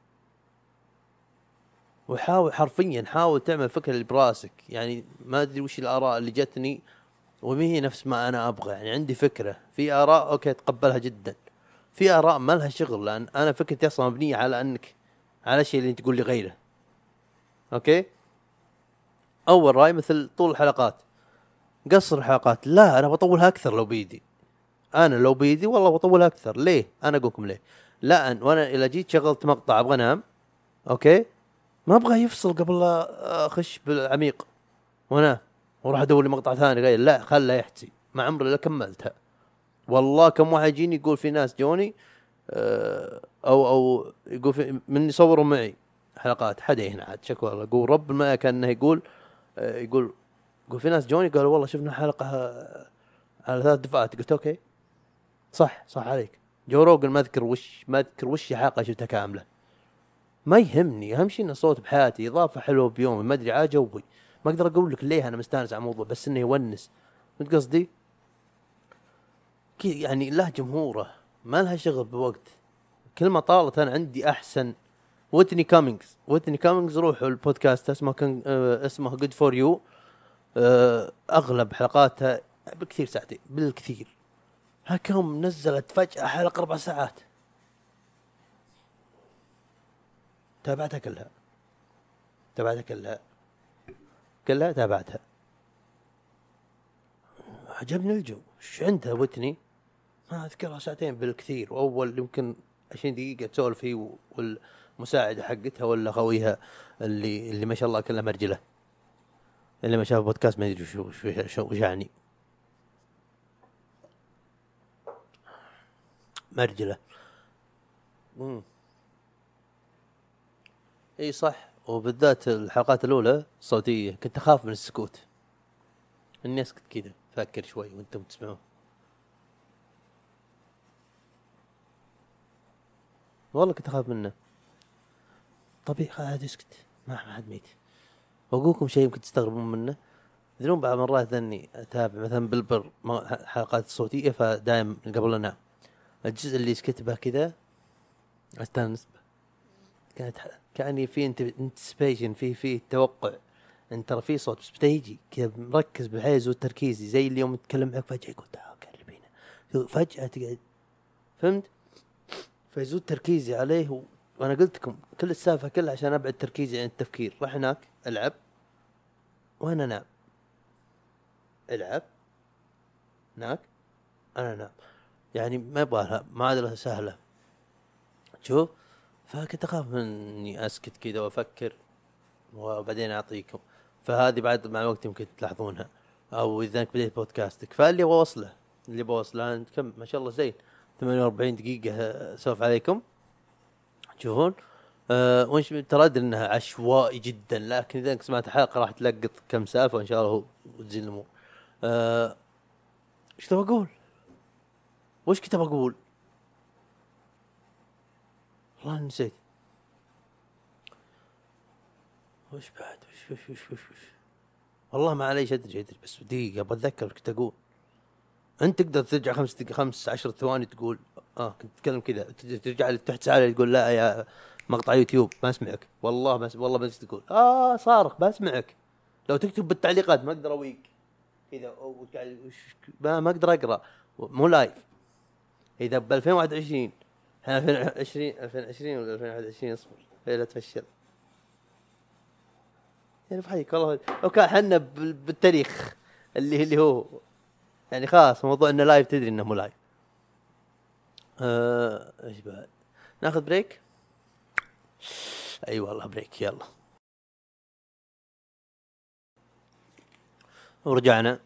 وحاول حرفيا حاول تعمل الفكره اللي براسك. يعني ما ادري وش الاراء اللي جتني وما هي نفس ما انا ابغى. يعني عندي فكره، في اراء اوكي اتقبلها جدا، في اراء ما لها شغل، لان انا فكرتي اصلا مبنيه على انك على الشيء اللي انت تقول لي غيره. اوكي، اول راي مثل طول الحلقات، قصر الحلقات، لا انا بطولها اكثر لو بيدي. انا لو بيدي والله بطولها اكثر. ليه؟ انا اقول لكم ليه. لا أن وانا اذا جيت شغلت مقطع ابغى انام، اوكي، ما ابغى يفصل قبل لا اخش بالعميق وانا وراح ادور لي مقطع ثاني غير. لا خله يحتسي، ما عمري الا كملتها. والله كم واحد يجيني يقول في ناس جوني أه او او يقول في من يصوروا معي حلقات حدا هنا عاد شكوى الله يقول رب ما كانه يقول أه يقول يقول في ناس جوني قالوا والله شفنا حلقه على ثلاث دفعات. قلت اوكي صح صح عليك. جو روجن ما اذكر وش ما اذكر وش حلقه شفتها كامله، ما يهمني، اهم شيء ان الصوت بحياتي اضافه حلوه بيومي. ما ادري عاد جوي، ما اقدر اقول لك ليه انا مستانس على الموضوع، بس انه يونس. فهمت قصدي؟ كي يعني له جمهوره ما لها شغل بوقت. كل ما طالت انا عندي احسن. ويتني كامينجز ويتني كامينجز روحوا البودكاست اسمه كان آه اسمه جود فور يو. اغلب حلقاتها بكثير ساعتين بالكثير. هكم نزلت فجأة حلقة أربع ساعات، تابعتها كلها تابعتها كلها كلها تابعتها. عجبني الجو. ايش عندها وتني ما اذكرها ساعتين بالكثير، واول يمكن عشرين دقيقة تسولف هي والمساعدة حقتها ولا خويها اللي اللي ما شاء الله كلها مرجلة، اللي ما شاف بودكاست ما يدري شو شو شو يعني مرجلة. امم اي صح. وبالذات الحلقات الاولى الصوتيه كنت اخاف من السكوت، اني اسكت كذا فكر شوي وانتم تسمعون. والله كنت اخاف منه. طبيعي عاد اسكت ما حد ميت. واقول لكم شيء يمكن تستغربون منه، تدرون بعض المرات اني اتابع مثلا بالبر حلقات صوتيه فدائم قبل انام الجزء اللي سكتبه كذا استانس. كانت كأني في انتسبيشن في في توقع ان ترى في صوت بس بتيجي كذا مركز بالحيز والتركيز، زي اليوم يتكلم معك فجأة يقول تعال قربينا فجأة تقعد. فهمت؟ فيزود تركيزي عليه و... وانا قلت لكم كل السالفة كلها عشان ابعد تركيزي عن التفكير. راح هناك العب وانا انام، العب هناك انا انام. يعني ما يبغاها معادلة سهلة. شوف فكنت اخاف من اني اسكت كذا وافكر وبعدين اعطيكم. فهذه بعد مع الوقت يمكن تلاحظونها، او اذا انك بديت بودكاستك فاللي بوصله اللي بوصله انت كم ما شاء الله زين ثمانية وأربعين دقيقه سولف عليكم. تشوفون أه وش ترى ادري انها عشوائي جدا، لكن اذا انك سمعت حلقه راح تلقط كم سالفه وان شاء الله وتزين الامور. أه ايش تبغى اقول؟ وش كنت بقول؟ والله نسيت. وش بعد وش وش وش وش, وش. والله ما علي ادري ادري بس دقيقه بتذكر كنت اقول. انت تقدر ترجع خمس دقائق خمس عشر ثواني تقول اه كنت تتكلم كذا، ترجع لي تحت ساعه تقول لا يا مقطع يوتيوب ما اسمعك. والله ما والله بس تقول اه صارخ بسمعك. لو تكتب بالتعليقات ما اقدر اويك كذا او ما ما اقدر اقرا مو لايف. اذا ب ألفين وواحد وعشرين ألفين وعشرين ألفين وعشرين ولا ألفين وواحد وعشرين اصبر لا تفشل يعني بحيك والله. اوكي حنا بالتاريخ اللي اللي هو يعني خلاص موضوع انه لايف تدري انه مو لايف. آه ايش بعد ناخذ بريك؟ اي أيوة والله بريك يلا. ورجعنا.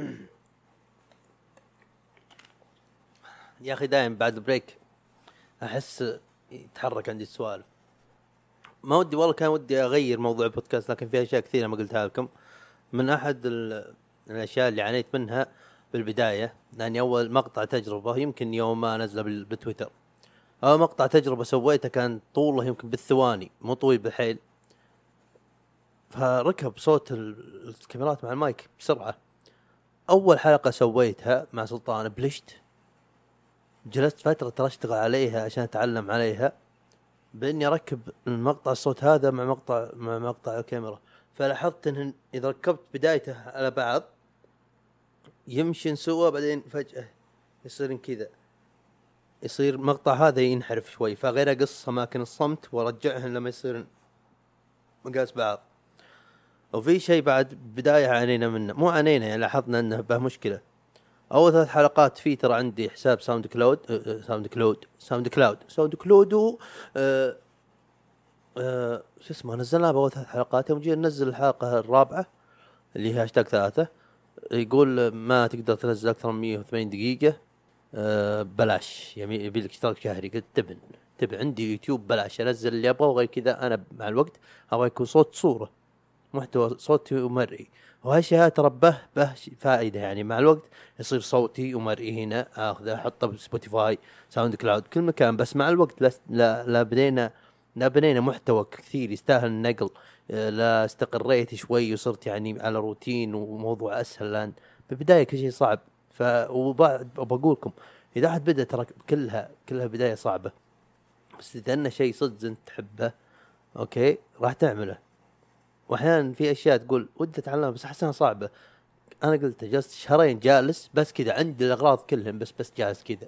يا اخي دايم بعد البريك احس يتحرك عندي السوالف. ما ودي والله كان ودي اغير موضوع البودكاست، لكن في اشياء كثيره ما قلتها لكم. من احد الاشياء اللي عانيت منها بالبدايه لاني اول مقطع تجربه يمكن يوم ما نزله بالتويتر اه مقطع تجربة سويته كان طوله يمكن بالثواني مو طويل بالحيل، فركب صوت ال- الكاميرات مع المايك بسرعة. أول حلقة سويتها مع سلطان بلشت، جلست فترة ترى أشتغل عليها عشان أتعلم عليها بإني أركب المقطع الصوت هذا مع مقطع مع مقطع الكاميرا. فلاحظت إن إذا ركبت بدايته على بعض يمشي سوا، بعدين فجأة يصير كذا، يصير مقطع هذا ينحرف شوي، فغير أقص أماكن الصمت وأرجعهن لما يصير مقاس بعض. وفي شيء بعد بداية عانينا منه، مو عانينا يعني لاحظنا أنه به مشكلة. أول ثلاث حلقات فيه ترى عندي حساب ساوند كلاود أه ساوند كلاود ساوند كلاود ساوند كلاود أه أه شو اسمه، نزلناه بأول ثلاث حلقات. يوم جينا ننزل الحلقة الرابعة اللي هي هاشتاج ثلاثة، يقول ما تقدر تنزل أكثر من مية وثمانين دقيقة أه بلاش، يعني يبي لك اشتراك شهري. قلت تبن تبن عندي يوتيوب بلاش، أنزل اللي أبغى، وغير كذا أنا مع الوقت أبغى يكون صوت صورة، محتوى صوتي ومرئي. وهالشيء ترى به به فائدة، يعني مع الوقت يصير صوتي ومرئي هنا اخذه احطه بسبوتيفاي ساوند كلاود كل مكان. بس مع الوقت لا لا, لا بدينا لا بنينا محتوى كثير يستاهل النقل، لا استقريت شوي وصرت يعني على روتين وموضوع اسهل. لان بالبداية كل شيء صعب. ف وبقول لكم اذا احد بدا ترى كلها كلها بداية صعبة، بس اذا انه شيء صدق انت تحبه اوكي راح تعمله. واحيانا في اشياء تقول ودي اتعلمها بس احسها صعبه. انا قلت جلست شهرين جالس بس كذا، عندي الاغراض كلهم بس بس جالس كذا،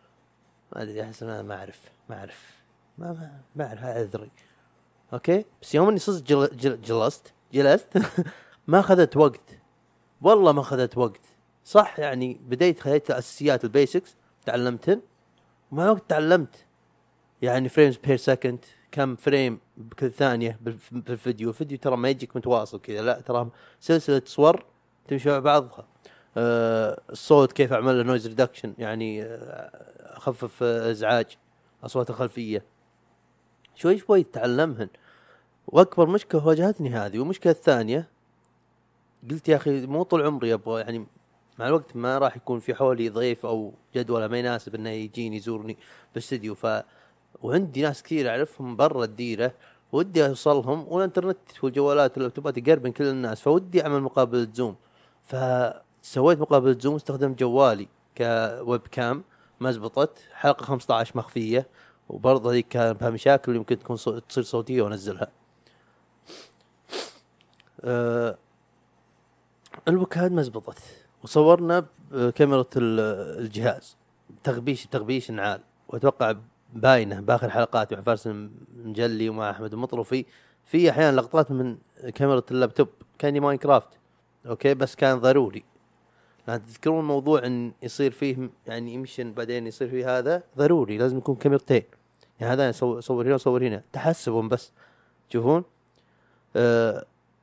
ما ادري احس انا ما اعرف ما اعرف ما ما, ما اعرف عذري. اوكي بس يوم اني صرت جل جل جلست جلست ما اخذت وقت، والله ما اخذت وقت صح. يعني بديت خليت الاساسيات البيسكس تعلمتهن، ومع الوقت تعلمت يعني فريمز بير سكند، كم فريم بكل ثانية بالفيديو. الفيديو ترى ما يجيك متواصل كذا، لا ترى سلسلة صور تمشي مع بعضها. أه الصوت كيف اعمل له نويز ريدكشن، يعني اخفف ازعاج اصوات الخلفية، شوي شوي تعلمهن. واكبر مشكلة واجهتني هذه، والمشكلة الثانية قلت يا اخي مو طول عمري ابغى، يعني مع الوقت ما راح يكون في حولي ضيف او جدول ما يناسب انه يجيني يزورني بالاستديو. ف وعندي ناس كثير اعرفهم برا الديره ودي اوصلهم، والانترنت والجوالات واللابتوبات يقربن كل الناس، فودي اعمل مقابله زوم. فسويت مقابله زوم، استخدمت جوالي كويب كام، ما زبطت. حلقه خمسة عشر مخفيه، وبرضه هذيك كان بها مشاكل يمكن تكون صو... تصير صوتيه وانزلها. أه... الوكاد ما زبطت، وصورنا بكاميرا الجهاز تغبيش تغبيش نعال، واتوقع باينه باخر حلقات مع فارس المجلي ومع احمد المطرفي في احيان لقطات من كاميرا اللابتوب كاني ماينكرافت اوكي، بس كان ضروري. لان تذكرون موضوع ان يصير فيه يعني يمشن بعدين يصير فيه هذا ضروري، لازم يكون كاميرتين، يعني هذا صور هنا وصور هنا تحسبهم بس تشوفون. أه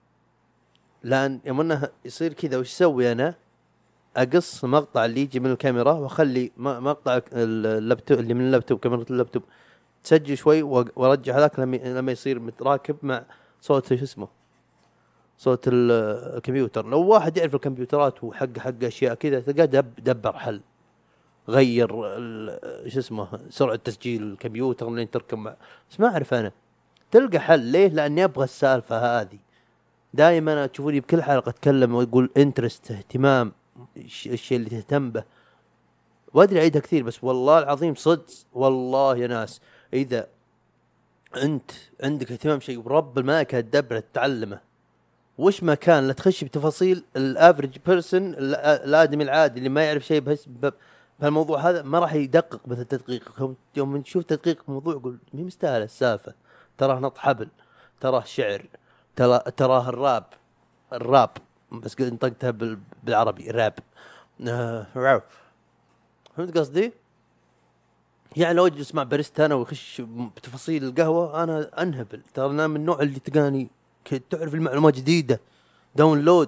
لان يوم يصير كذا وش اسوي انا؟ اقص مقطع اللي يجي من الكاميرا واخلي مقطع اللابتوب اللي من اللابتوب كاميرا اللابتوب تسجل شوي، وارجع هذاك لما لما يصير متراكب مع صوت شو اسمه صوت الكمبيوتر. لو واحد يعرف الكمبيوترات وحق حق اشياء كذا تلقى دب دبر حل، غير شو اسمه سرعه تسجيل الكمبيوتر لين تركب مع، بس ما اعرف انا تلقى حل. ليه؟ لاني ابغى السالفه هذه. دائما تشوفوني بكل حلقه اتكلم واقول انترست، اهتمام، الشيء اللي تهتم به. وادري اعيدها كثير بس والله العظيم صدق، والله يا ناس اذا انت عندك اهتمام شيء ورب الملائكه تدبره تتعلمه وش ما كان، لا تخش بتفاصيل الافريج بيرسون الادمي العادي اللي ما يعرف شيء بس بهالموضوع هذا ما راح يدقق بالتدقيق. يوم نشوف تدقيق موضوع يقول مي مستاهله السالفه، تراه نط حبل، تراه شعر، ترى تراه الراب الراب بس قلت انطقتها بالعربي راب. آه فهمت قصدي؟ يعني لو اجلس مع باريستا انا ويخش بتفاصيل القهوه انا انهبل. ترى انا من النوع اللي تلقاني تعرف المعلومات جديده داونلود.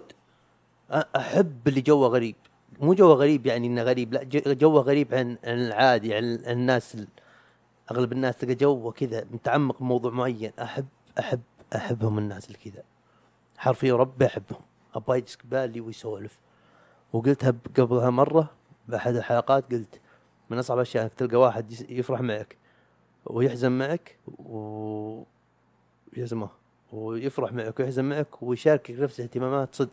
احب اللي جوه غريب، مو جوه غريب يعني انه غريب، لا جوه غريب عن عن العادي، عن الناس. اغلب الناس تلقى جوه كذا متعمق بموضوع معين. احب احب احبهم الناس اللي كذا حرفيا، ربي احبهم. ابغى يجلس قبالي ويسولف. وقلتها قبلها مره باحد الحلقات، قلت من اصعب الاشياء انك تلقى واحد يفرح معك ويحزن معك و يزمه ويفرح معك ويحزن معك ويشاركك نفس اهتمامات صدق.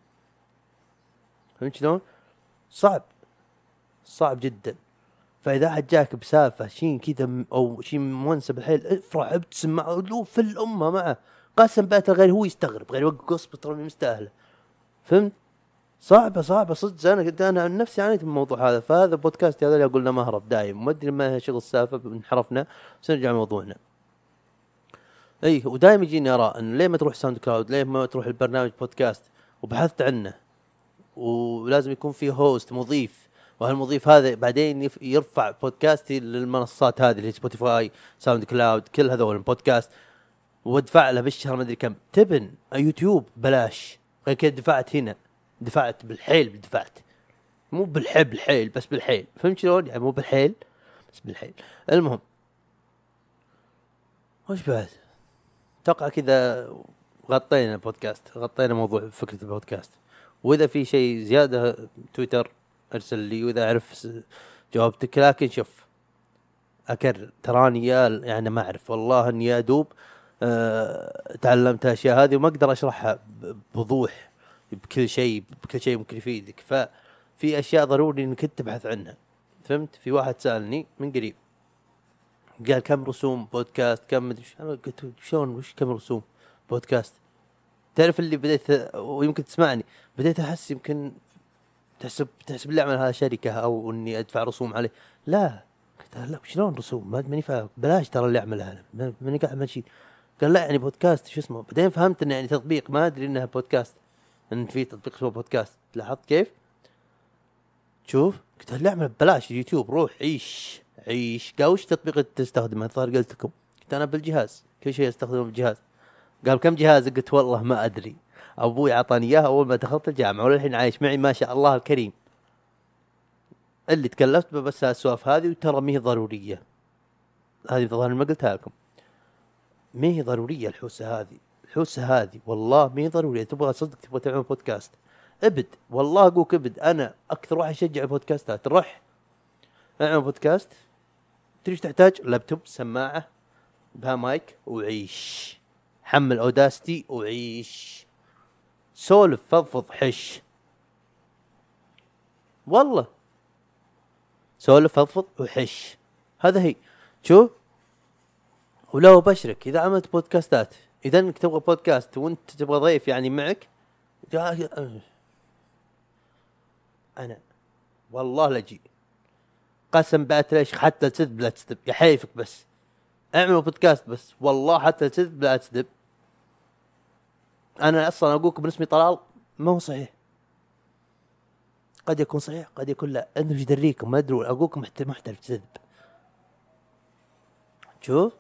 فهمت شلون؟ صعب صعب جدا. فاذا احد جاك بسالفه شيء كذا او شيء منسب الحيل افرح ابتسم معه له في الامه معه قسم بات غير هو يستغرب غير يوقف قصبه ترى مستاهله. فهمت؟ صعبه صعبه صدق. انا كنت انا عن نفسي عانيت من الموضوع هذا. فهذا بودكاست هذا اللي قلنا مهرب دايم ما ادري ما هي شغل السالفه انحرفنا. سنرجع موضوعنا. اي ودايم يجيني اراء انه ليه ما تروح ساوند كلاود ليه ما تروح البرنامج بودكاست وبحثت عنه ولازم يكون فيه هوست مضيف وهالمضيف هذا بعدين يرفع بودكاستي للمنصات هذه اللي سبوتيفاي ساوند كلاود كل هذول البودكاست وادفع له بالشهر ما ادري كم. تبن يوتيوب بلاش غير كذا دفعت هنا دفعت بالحيل دفعت مو بالحيل بالحيل بس بالحيل. فهمت شلون يعني مو بالحيل بس بالحيل. المهم وش بعد توقع كذا غطينا البودكاست غطينا موضوع فكرة البودكاست. واذا في شيء زيادة تويتر ارسل لي واذا اعرف جاوبتك. لكن شوف اكرر تراني يعني ما اعرف والله اني ادوب أه تعلمت اشياء هذه وما اقدر اشرحها بوضوح بكل شيء بكل شيء ممكن يفيدك. ففي اشياء ضروري انك تبحث عنها. فهمت؟ في واحد سألني من قريب قال كم رسوم بودكاست كم مدري انا قلت شلون وش كم رسوم بودكاست. تعرف اللي بديت ويمكن تسمعني بديت احس يمكن تحسب تحسب لي اعمل هذا شركه او اني ادفع رسوم عليه. لا قلت لا شلون رسوم ما ماني فاهم بلاش ترى اللي اعملها ماني قاعد اعمل شيء. قال لا يعني بودكاست شو اسمه. بعدين فهمت انه يعني تطبيق ما ادري انها بودكاست ان في تطبيق اسمه بودكاست. لاحظت كيف؟ شوف قلت لا اعمل ببلاش يوتيوب روح عيش عيش. قال وش تطبيق تستخدمه؟ صار قلت لكم قلت انا بالجهاز كل شيء استخدمه بالجهاز. قال كم جهاز؟ قلت والله ما ادري ابوي اعطاني اياه اول ما دخلت الجامعه وللحين عايش معي ما شاء الله الكريم. اللي تكلفت بس هالسوالف هذه وترى ما هي ضروريه. هذه ظهر ما قلتها لكم ما هي ضروريه الحوسه هذه. الحوسه هذه والله ما هي ضروريه. تبغى صدق تبغى تعمل بودكاست ابد والله اقولك ابد. انا اكثر واحد يشجع البودكاستات. روح اعمل بودكاست تريد تحتاج لابتوب سماعه بها مايك وعيش. حمل اوداستي وعيش سولف فضفض حش والله سولف فضفض وحش. هذا هي. شوف ولو بشرك اذا عملت بودكاستات اذا انك تبغى بودكاست وانت تبغى ضيف يعني معك انا والله لجي قسم بات ليش حتى تسد لا تسدب يا حيفك بس اعملوا بودكاست بس والله حتى تسد لا تسدب. انا اصلا اقولكم اسمي طلال ما هو صحيح قد يكون صحيح قد يكون لا. انه ايش يدريكم ما ادري اقولكم محترف تسدب. شوف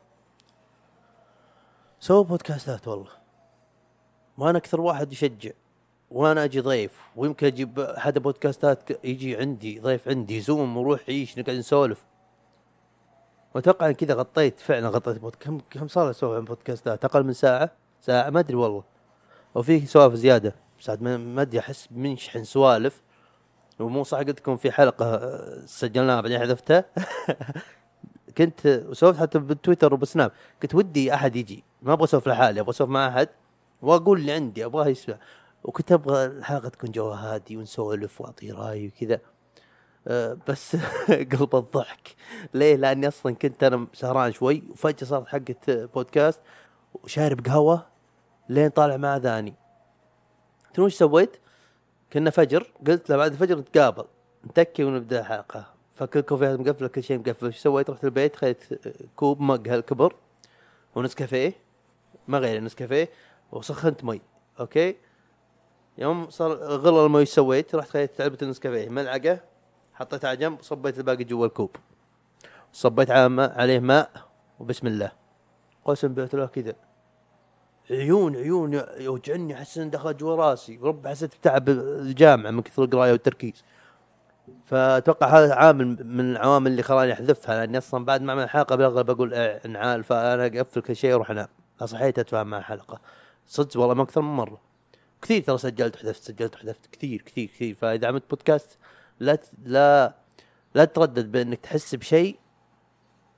سووا بودكاستات والله وانا اكثر واحد يشجع وانا اجي ضيف ويمكن اجيب احد بودكاستات يجي عندي ضيف عندي زوم وروح عيش نقعد نسولف. واتوقع كذا غطيت فعلا غطيت بود كم كم صار اسوي عن بودكاستات اقل من ساعه ساعه ما ادري والله. وفي سوالف زياده ساعد ما ادري احس بنشحن سوالف ومو صح. قلت لكم في حلقه سجلناها بعدين حذفتها كنت وسولفت حتى بالتويتر وبسناب. كنت ودي احد يجي ما ابغى اسولف لحالي ابغى اسولف مع احد واقول اللي عندي ابغاه يسمع. وكنت ابغى الحلقه تكون جوها هادي ونسولف واعطي رايي وكذا أه بس قلب الضحك. ليه؟ لاني اصلا كنت انا سهران شوي وفجاه صارت حقه بودكاست وشارب قهوه لين طالع مع ذاني. تدرون ايش سويت؟ كنا فجر قلت له بعد الفجر نتقابل نتكي ونبدا الحلقه. فكل كوفيات مقفله كل شيء مقفل. ايش سويت؟ رحت البيت خذيت كوب مق هالكبر ونسكافيه ما غير نسكافيه وسخنت مي. اوكي يوم صار غلى المي سويت رحت خذيت علبه النسكافيه ملعقه حطيتها على جنب وصبيت الباقي جوا الكوب صبيت عليه ماء وبسم الله. قسم بالله كذا عيون عيون يوجعني احس ان دخل جوا راسي ورب حسيت بتعب الجامعه من كثر القرايه والتركيز. فاتوقع هذا عامل من العوامل اللي خلاني احذفها لاني اصلا بعد ما اعمل الحلقه بالاغلب بقول انعال فانا اقفل كل شيء واروح انام. صحيت اتفاهم مع الحلقه صدق والله ما اكثر من مره كثير ترى سجلت وحذفت سجلت وحذفت كثير كثير كثير. فاذا عملت بودكاست لا لا لا تردد بانك تحس بشيء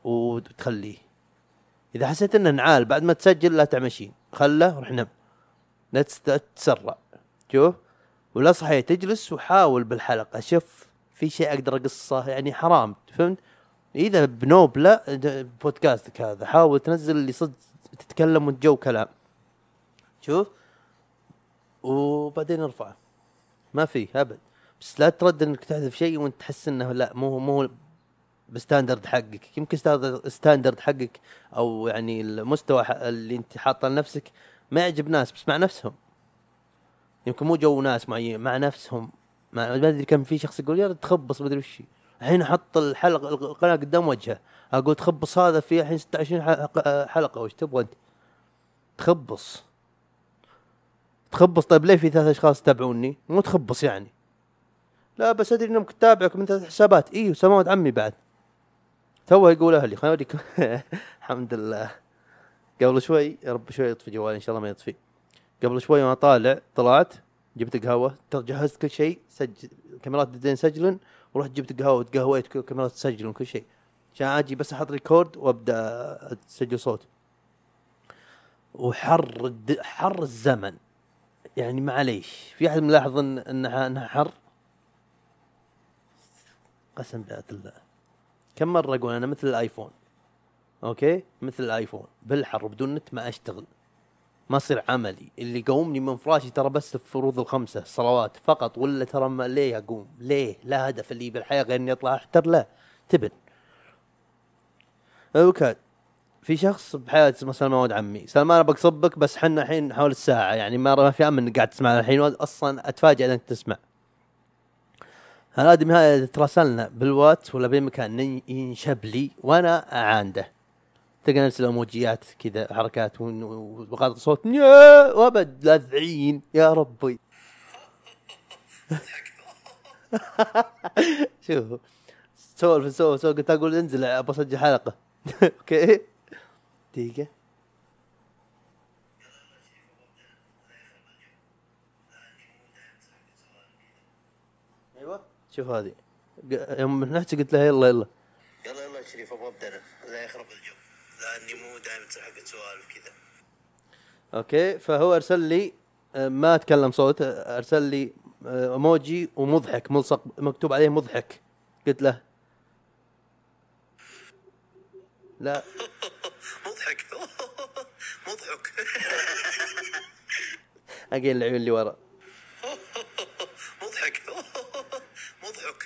وتخليه. اذا حسيت انه نعال بعد ما تسجل لا تعمشين، خله روح نم، لا تتسرع. شوف، ولا صحيح تجلس وحاول بالحلقه شوف في شيء اقدر اقصه، يعني حرام، فهمت؟ اذا بنوب لا بودكاستك هذا حاول تنزل اللي صدق تتكلم وتجو كلام، شوف، وبعدين ارفعه، ما فيه ابد. بس لا ترد انك تحذف شيء وانت تحس انه لا مو مو بستاندرد حقك. يمكن ستاندرد حقك او يعني المستوى اللي انت حاطه لنفسك ما يعجب ناس، بس مع نفسهم يمكن مو جو ناس معين، مع نفسهم. ما ادري كم في شخص يقول يا رجل تخبص ما ادري وش، الحين احط الحلقه القناه قدام وجهه اقول تخبص، هذا في الحين ستة وعشرين حلقه وش تبغى انت تخبص تخبص؟ طيب ليه في ثلاث اشخاص يتابعوني؟ مو تخبص يعني. لا بس ادري انهم كتابعك من ثلاث حسابات. ايه وسماوات عمي بعد توه يقول اهلي. خليني اوريكم. الحمد لله قبل شوي، يا رب شوي يطفي جوالي ان شاء الله ما يطفي. قبل شوي وانا طالع طلعت جبت قهوه، جهزت كل شيء، سجل كاميرات بدين سجلن، ورحت جبت قهوه تقهويت كاميرات تسجلن كل شيء عشان اجي بس احط ريكورد وابدا اسجل صوت. وحر الد... حر الزمن يعني معليش. في احد ملاحظ ان انها انها حر؟ قسم بالله كم مره اقول انا مثل الايفون، اوكي مثل الايفون بالحر بدون نت ما اشتغل، ما صير عملي. اللي يقومني من فراشي ترى بس الفروض الخمسه الصلوات فقط، ولا ترى ما ليه اقوم؟ ليه؟ لا هدف اللي بالحياه غير اني اطلع احتر. لا تبن اوكي. في شخص بحياتي اسمه سلمان ولد عمي. سلمان ابغى اصبك بس حنا الحين حول الساعه، يعني ما ما في امل انك قاعد تسمع الحين، اصلا اتفاجئ انك تسمع. هالادمي هذا تراسلنا بالواتس ولا بمكان ينشب لي وانا اعانده، تلقى نفس الاموجيات كذا حركات وقاطع صوت يا وابد لاذعين يا ربي. شوف سولف سولف سولف قلت اقول انزل ابى اسجل حلقه. اوكي دقيقه. ايوه شوف هذه يوم من نفسي قلت لها يلا يلا يلا يلا شريف ابغى ابدا انا لا يخرب الجو لاني مو دائما حق سوالف كذا. اوكي فهو ارسل لي ما اتكلم صوت، ارسل لي ايموجي ومضحك ملصق مكتوب عليه مضحك. قلت له لا مضحك مضحك. اقين العيون اللي ورا مضحك مضحك.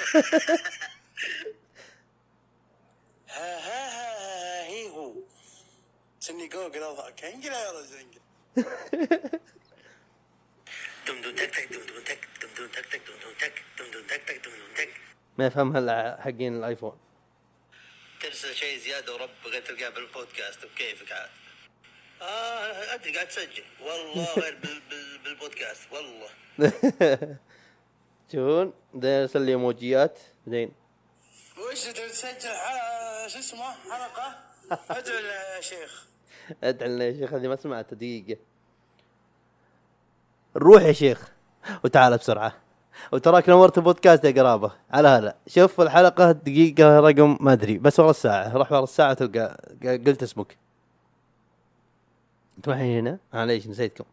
ها ها ها هي هو سني جوجل اضحك انقل يا رجل. دم دم تك تك دم دم تك دم دم تك تك دم دم تك دم دم تك تك دم دم تك. ما يفهمها الا حقين الايفون. ترسل شيء زياده ورب بغيت تلقاه بالبودكاست بكيفك عاد. اه ادري قاعد تسجل والله غير بال بال بالبودكاست والله. شلون ده ارسل لي ايموجيات زين. وش تبي تسجل حلقه شو اسمه حلقه؟ ادعو يا شيخ. ادعي لنا يا شيخ، هذه ما سمعتها دقيقه. روح يا شيخ وتعال بسرعه، وتراك نورت البودكاست يا قرابه. على هلا شوف الحلقه دقيقه رقم ما ادري بس ورا الساعه، روح ورا الساعه تلقى قلت اسمك. انتم الحين هنا معليش نسيتكم.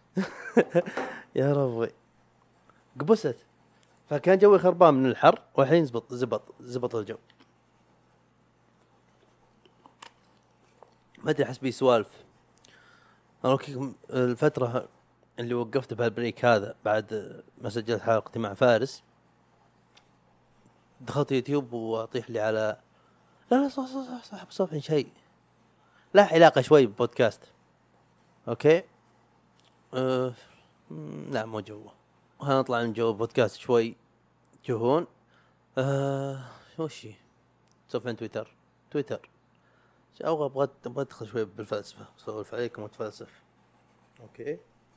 يا ربي قبست. فكان جوي خربان من الحر والحين زبط زبط زبط الجو. ما ادري حسبي سوالف. انا الفتره اللي وقفت بهالبريك هذا بعد ما سجلت حلقتي مع فارس دخلت يوتيوب واطيح لي على لا لا صح صح صح بصفحة شيء لا علاقة شوي ببودكاست. اوكي أه... لا مو جوه. هنطلع من جو بودكاست شوي جهون. أه... وشي صفحة تويتر تويتر او ابغى ابغى ادخل شوي بالفلسفة اسولف عليكم واتفلسف. اوكي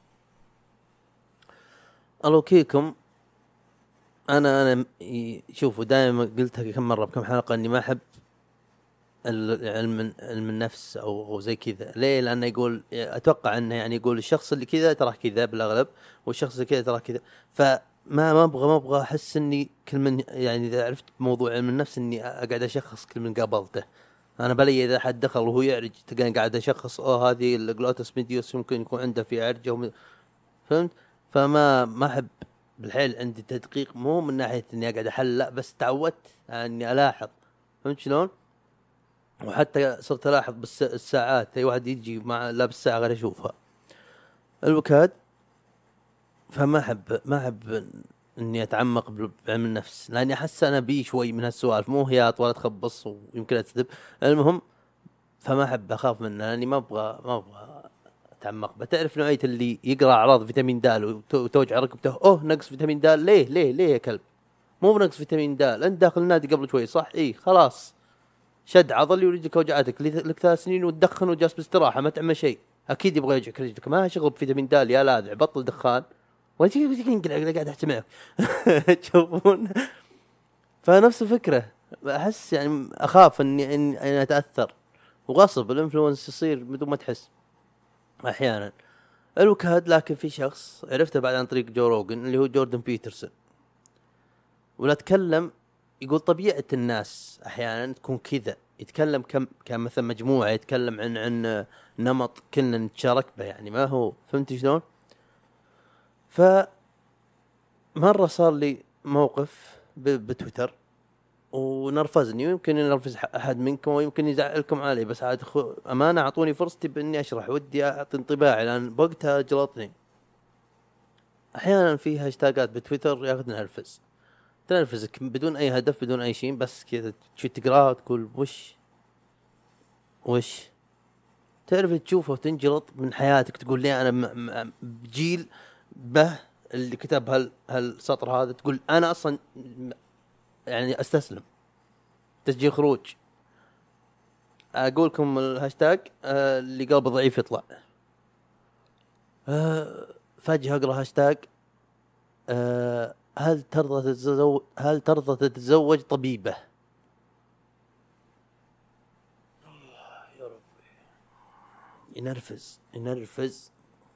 الوكيكم. انا انا شوفوا دائما قلتها كم مره بكم حلقه اني ما احب العلم علم النفس او زي كذا. ليه؟ لانه يقول اتوقع انه يعني يقول الشخص اللي كذا ترى كذا بالاغلب والشخص اللي كذا ترى كذا. فما ما ابغى ما ابغى احس اني كل من يعني اذا عرفت موضوع علم النفس اني اقعد اشخص كل من قابلته. انا بلي اذا حد دخل وهو يعرج تلقاني قاعد اشخص اوه هذه الجلوتس ميديوس ممكن يكون عنده في عرجه وم... فهمت. فما ما احب بالحيل عندي تدقيق، مو من ناحيه اني اقعد احل، لا بس تعودت اني الاحظ. فهمت شلون؟ وحتى صرت الاحظ بالساعات اي واحد يجي مع لابس ساعه غير اشوفها الوكاد. فما احب ما احب اني اتعمق بعلم النفس، لاني احس انا بي شوي من هالسوالف، مو هياط ولا تخبص ويمكن اكذب. المهم فما احب، اخاف منه لاني ما ابغى ما ابغى اتعمق. بتعرف نوعيه اللي يقرا اعراض فيتامين د وتوجع ركبته، اوه نقص فيتامين د. ليه ليه ليه يا كلب؟ مو بنقص فيتامين د، انت داخل النادي قبل شوي صح؟ اي خلاص شد عضلي ورجلك وجعتك لك ثلاث سنين وتدخن وجالس باستراحه ما تعمل شيء، اكيد يبغى يوجعك رجلك. ما شغل بفيتامين د يا لاذع، بطل دخان وتجي قاعد احكي معك. تشوفون؟ فنفس الفكره، احس يعني اخاف اني اني اتاثر، وغصب الانفلونس يصير بدون ما تحس احيانا الوكاد. لكن في شخص عرفته بعد عن طريق جو روجن اللي هو جوردن بيترسون، ولا تكلم يقول طبيعه الناس احيانا تكون كذا، يتكلم كم كان مثلا مجموعه يتكلم عن عن نمط كلنا نتشارك به، يعني ما هو فهمت شلون؟ فمرة صار لي موقف بتويتر ونرفزني، ويمكن ينرفز أحد منكم ويمكن يزعلكم علي، بس عاد أمانة أعطوني فرصتي بإني أشرح، ودي أعطي انطباعي لأن بوقتها جلطني. أحيانا في هاشتاجات بتويتر ياخذ نرفز، تنرفزك بدون أي هدف بدون أي شيء، بس كذا شو تقرأها وتقول وش وش تعرف تشوفه وتنجلط من حياتك، تقول لي أنا بجيل به اللي كتب هال هالسطر هذا، تقول انا اصلا يعني استسلم تسجيل خروج. اقول لكم الهاشتاج آه اللي قلبه ضعيف يطلع. آه فجأة اقرا هاشتاج آه هل ترضى تتزوج هل ترضى تتزوج طبيبة. يا ربي ينرفز ينرفز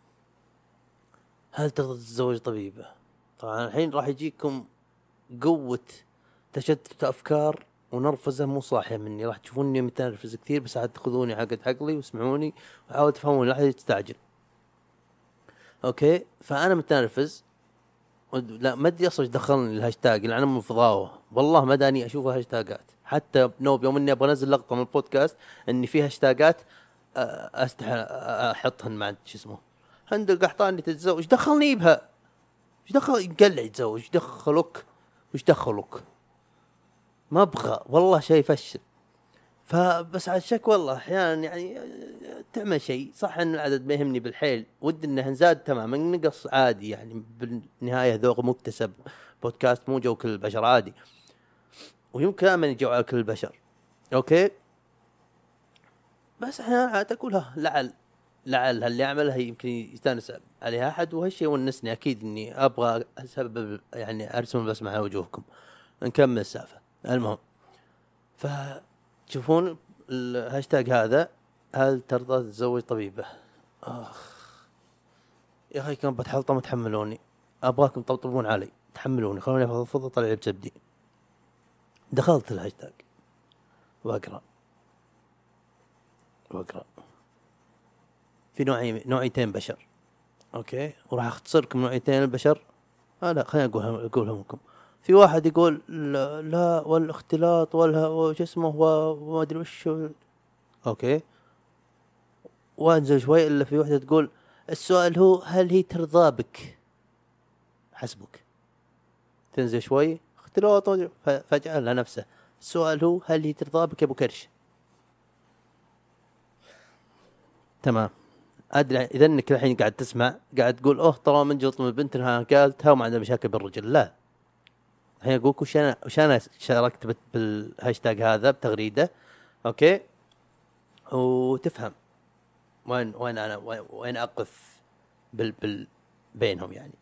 هل ترضى تتزوج طبيبة. طبعا الحين راح يجيكم قوة تشتت أفكار ونرفزة مو صاحية مني، راح تشوفوني متنرفز كثير، بس عاد تأخذوني عقد عقلي واسمعوني وحاولوا تفهموني، لا أحد يستعجل. أوكي فأنا متنرفز، لا ما أدري أصلا دخلني الهاشتاج اللي أنا من فضاوة، والله ما داني أشوف هاشتاجات. حتى بنوب يوم إني أبغى أنزل لقطة من البودكاست إني فيها هاشتاجات أستحى أحطهن مع شو اسمه عند القحطاني تتزوج، دخلني بها ايش دخل يقلع يتزوج، ايش دخلك وش دخلك ما ابغى والله شيء فشل. فبس على الشك والله احيانا يعني تعمل شيء صح ان العدد ما يهمني بالحيل، ودي انه نزاد تماما نقص عادي، يعني بالنهايه ذوق مكتسب، بودكاست مو جو كل البشر عادي، ويمكن امن يجوا على كل البشر. اوكي بس احيانا عاد اقولها لعل لعل اللي يعملها يمكن يستانس عليها أحد، وهالشيء ونسني أكيد إني أبغى أسبب يعني أرسم بسمة على وجوهكم. نكمل السالفة. المهم فتشوفون الهاشتاج هذا هل ترضى تتزوج طبيبة. آخ يا أخي كان بتحلطم وتحملوني، أبغاكم تطبطبون علي تحملوني خلوني أفضل طلع بجبدي. دخلت الهاشتاج وأقرأ وأقرأ في نوعين نوعيتين بشر. اوكي وراح اختصر لكم نوعيتين البشر. آه لا خليني اقولها اقولهم لكم. في واحد يقول لا, لا والاختلاط ولا وش اسمه وما ادري وش. اوكي وانزل شوي الا في واحده تقول السؤال هو هل هي ترضى بك. حسبك تنزل شوي اختلاط فجأة لها نفسه السؤال هو هل هي ترضى بك يا ابو كرش. تمام ادري اذا انك الحين قاعد تسمع قاعد تقول اوه طالما من جلط من البنت انها قالتها وما عندها مشاكل بالرجل. لا الحين اقولك وش انا وش انا شاركت بالهاشتاج هذا بتغريده. اوكي وتفهم وين وين انا وين اقف بال بال بينهم. يعني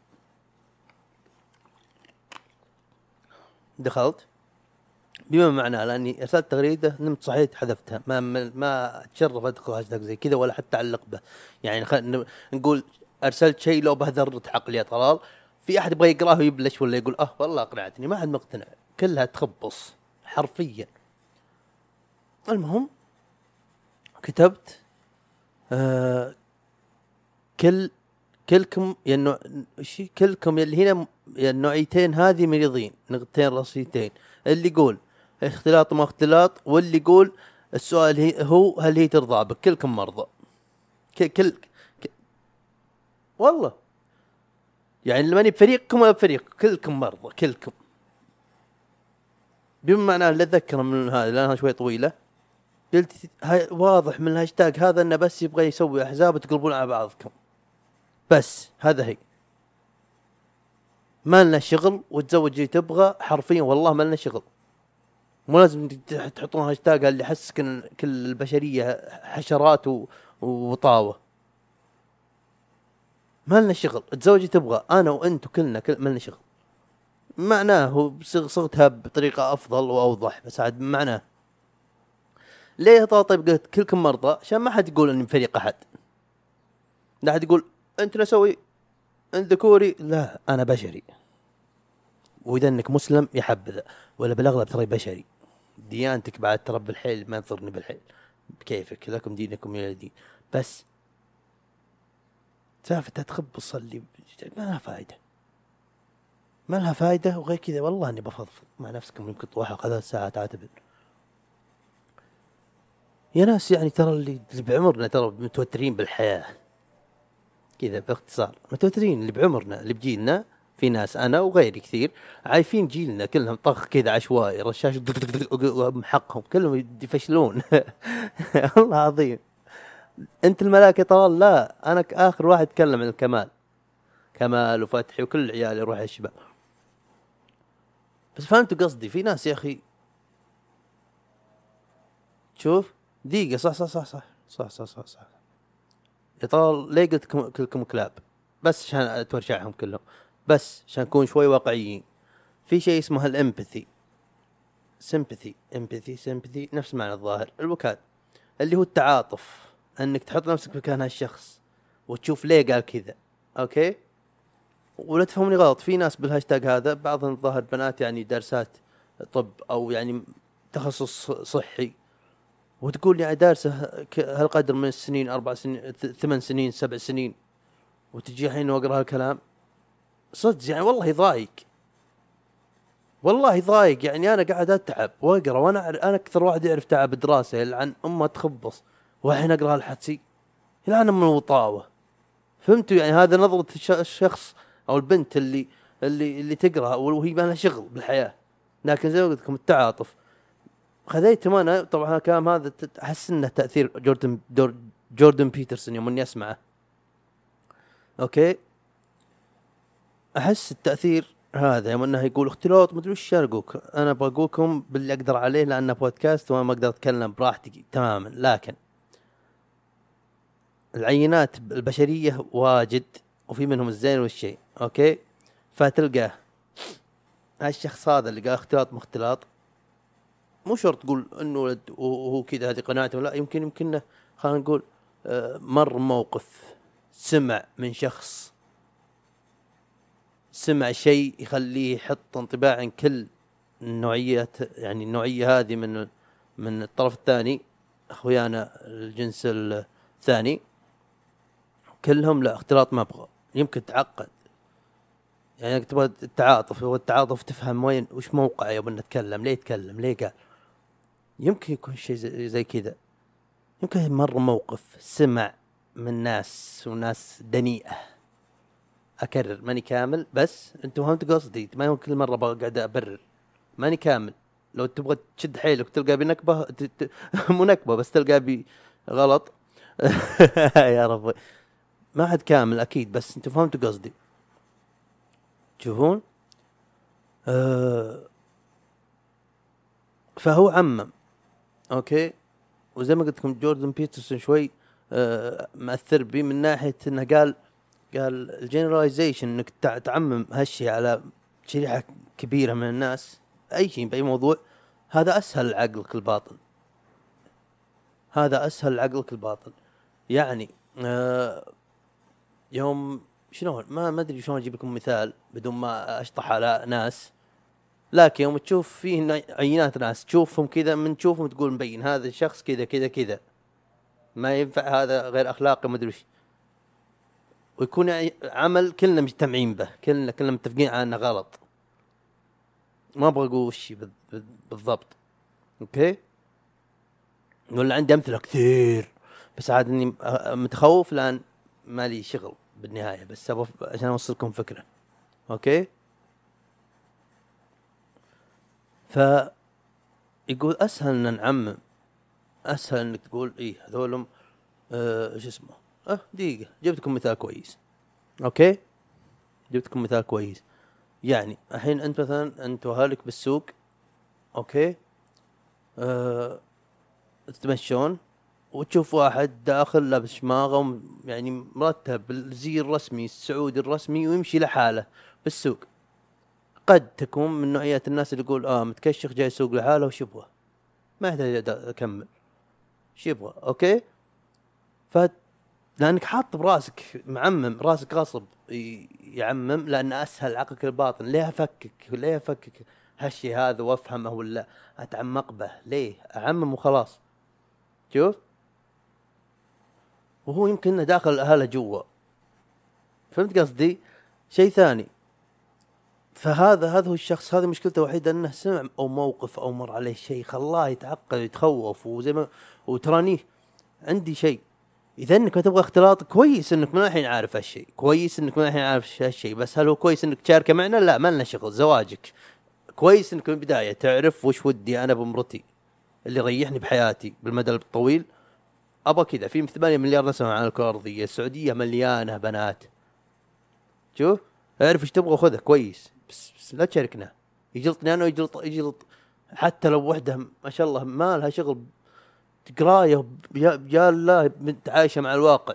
دخلت بما معناه لاني ارسلت تغريده نمت صحيت حذفتها، ما ما اتشرف ادخل هاشتاج زي كذا ولا حتى اعلق به. يعني خلينا نقول ارسلت شيء لو بهذرت عقلي يا طلال، في احد يبغى يقراه ويبلش ولا يقول اه والله اقنعتني، ما حد مقتنع، كلها تخبص حرفيا. المهم كتبت آه كل كلكم يعني شيء كلكم اللي هنا النوعيتين هذه مريضين، نقطتين رئيسيتين، اللي يقول اختلاط ما اختلاط، واللي يقول السؤال هي هو هل هي ترضى بك، كلكم مرضى. كل, كل ك... والله يعني ماني بفريقكم ولا بفريق، كلكم مرضى كلكم. بما معناه اللي اتذكر من هذا لانها شوي طويله، قلت هاي واضح من الهاشتاج هذا انه بس يبغى يسوي احزاب تقلبون على بعضكم، بس هذا هي. ما لنا شغل وتزوج اللي تبغى، حرفيا والله ما لنا شغل. مو لازم تحطون هاشتاج اللي يحسك كل البشريه حشرات وطاوه. ما لنا شغل، تزوج اللي تبغى، انا وانت وكلنا كل ما لنا شغل. معناه صغتها بطريقه افضل واوضح، بس عاد معناه ليه طيب قلت كلكم مرضى عشان ما حد يقول اني فريق احد، لا حد يقول انت نسوي انت ذكوري، لا انا بشري. واذا انك مسلم يحبذ، ولا بالاغلب ترى بشري، ديانتك بعد ترى بالحيل ما تضرني بالحيل، بكيفك لكم دينكم يا دين. بس سالفه تخبص اللي ما لها فائده، ما لها فائده. وغير كذا والله اني بفضفض مع نفسكم، يمكن طوحوا قضاء ساعات اعتبر يا ناس. يعني ترى اللي, اللي بعمرنا ترى متوترين بالحياه كذا، باختصار متوترين اللي بعمرنا اللي بجيلنا. في ناس انا وغيري كثير عايفين جيلنا كلهم طخ كذا عشوائي، رشاش محقهم كلهم يفشلون. الله عظيم. انت الملائكه ترى لا، انا اخر واحد اتكلم عن الكمال، كمال وفتحي وكل العيال يروح الشباب. بس فهمتوا قصدي؟ في ناس يا اخي شوف دقيقه، صح صح صح صح صح صح صح, صح. يا طال ليه قلت كلكم كلاب؟ بس عشان اتورشعهم كلهم، بس عشان نكون شوي واقعيين. في شيء اسمه الامباثي، سيمباثي، امباثي سيمباثي، نفس معنى الظاهر الوكاد، اللي هو التعاطف، انك تحط نفسك مكان هالشخص وتشوف ليه قال كذا. اوكي، ولا تفهمني غلط، في ناس بالهاشتاج هذا بعضهم الظاهر بنات يعني دارسات طب او يعني تخصص صحي، وتقول يعني دارسه هالقدر من السنين، اربع سنين ثمان سنين سبع سنين، وتجي الحين واقرا هالكلام صدق يعني والله يضايق، والله يضايق. يعني انا قاعد اتعب واقرا، وانا انا اكثر واحد يعرف تعب دراسه يلعن امه تخبص، والحين اقرا هالحدسي يلعن من الوطاوه. فهمتوا يعني؟ هذا نظره الشخص او البنت اللي اللي اللي تقرا وهي ما لها شغل بالحياه. لكن زي ما قلت لكم التعاطف خذيت انا طبعا الكلام هذا، احس انه تاثير جوردن جوردن بيترسون يوم اني اسمعه. اوكي، احس التاثير هذا يوم انه يقول اختلاط ما ادري وش ارجوك، انا بقولكم باللي اقدر عليه لانه بودكاست وانا ما اقدر اتكلم براحتي تماما. لكن العينات البشريه واجد، وفي منهم الزين والشيء. اوكي، فتلقاه هالشخص هذا اللي قال اختلاط مختلاط، مو شرط تقول انه ولد وهو كذا هذه قناعته، لا، يمكن يمكن خلينا نقول مر موقف، سمع من شخص، سمع شيء يخليه يحط انطباع عن كل النوعيات، يعني النوعية هذه من من الطرف الثاني، اخويانا الجنس الثاني كلهم لا اختلاط ما ابغى. يمكن تعقد يعني تبغى التعاطف، هو التعاطف تفهم وين وش موقعه يبغى نتكلم، ليه يتكلم ليه قال. يمكن يكون شيء زي, زي كذا، يمكن مر موقف سمع من ناس وناس دنيئة. أكرر ماني كامل، بس أنتم فهمتوا قصدي، ما يمكن كل مرة بقعد أبرر، ماني كامل. لو تبغى تشد حيلك تلقى بنكبة ت... مو نكبة بس تلقى بي غلط. يا رب ما حد كامل أكيد، بس أنتم فهمتوا قصدي. تشوفون أه... فهو عمم. أوكي، وزي ما قلت لكم جوردن بيترسون شوي أه... مأثر بي من ناحية إنه قال قال الجنراليزيشن، انك تعمم هالشيء على شريحة كبيرة من الناس، اي شيء باي موضوع، هذا اسهل عقلك الباطن، هذا اسهل عقلك الباطن. يعني آه يوم شلون ما ما ادري شلون اجيب لكم مثال بدون ما اشطح على ناس، لكن يوم تشوف فيه عينات ناس تشوفهم كذا، من تشوفهم تقول مبين هذا الشخص كذا كذا كذا، ما ينفع هذا غير اخلاقي ما ادري وش، ويكون يعني عمل كلنا مجتمعين به، كلنا كلنا متفقين على انه غلط. ما ابغى اقول وش بالضبط. اوكي ولا عندي امثله كثير بس عاد اني متخوف لان ما لي شغل بالنهايه، بس ابغى عشان اوصلكم فكره. اوكي ف يقول اسهل ان نعمم، اسهل انك تقول ايه هذولهم آه ايش اسمه اه دقيقه جبتكم مثال كويس. اوكي جبتكم مثال كويس. يعني الحين انت مثلا انت وهالك بالسوق، اوكي آه تتمشون وتشوف واحد داخل لابس شماغه يعني مرتب بالزي الرسمي السعودي الرسمي ويمشي لحاله بالسوق، قد تكون من نوعية الناس اللي يقول اه متكشخ جاي يسوق لحاله وش يبغى، ما يحتاج اكمل وش يبغى. اوكي ف لانك حاط براسك معمم، راسك غصب يعمم لان اسهل عقلك الباطن ليه افكك ليه افكك هالشي هذا وافهمه ولا اتعمق به، ليه اعمم وخلاص. شوف وهو يمكن انه داخل الاهله جوا، فهمت قصدي؟ شيء ثاني. فهذا هذا هو الشخص، هذه مشكلته الوحيده انه سمع او موقف او مر عليه شيء خلاه يتعقد يتخوف وزي ما وترانيه عندي شيء. اذا انك ما تبغى اختلاط كويس انك من الحين عارف هالشيء، كويس انك من الحين عارف هالشيء، بس هل هو كويس انك تشاركه معنا؟ لا ما لنا شغل زواجك. كويس انك من البدايه تعرف وش ودي انا بمرتي اللي يريحني بحياتي بالمدى الطويل. ابغى كذا في ثمانية مليار نسمة على الكره الارضيه، السعوديه مليانه بنات. شوف اعرف ايش تبغى وخذه كويس، بس, بس لا تشاركنا. يجلطني انا ويجلط يجلط حتى لو وحده ما شاء الله ما لها شغل قرايه يا, يا الله متعايشه مع الواقع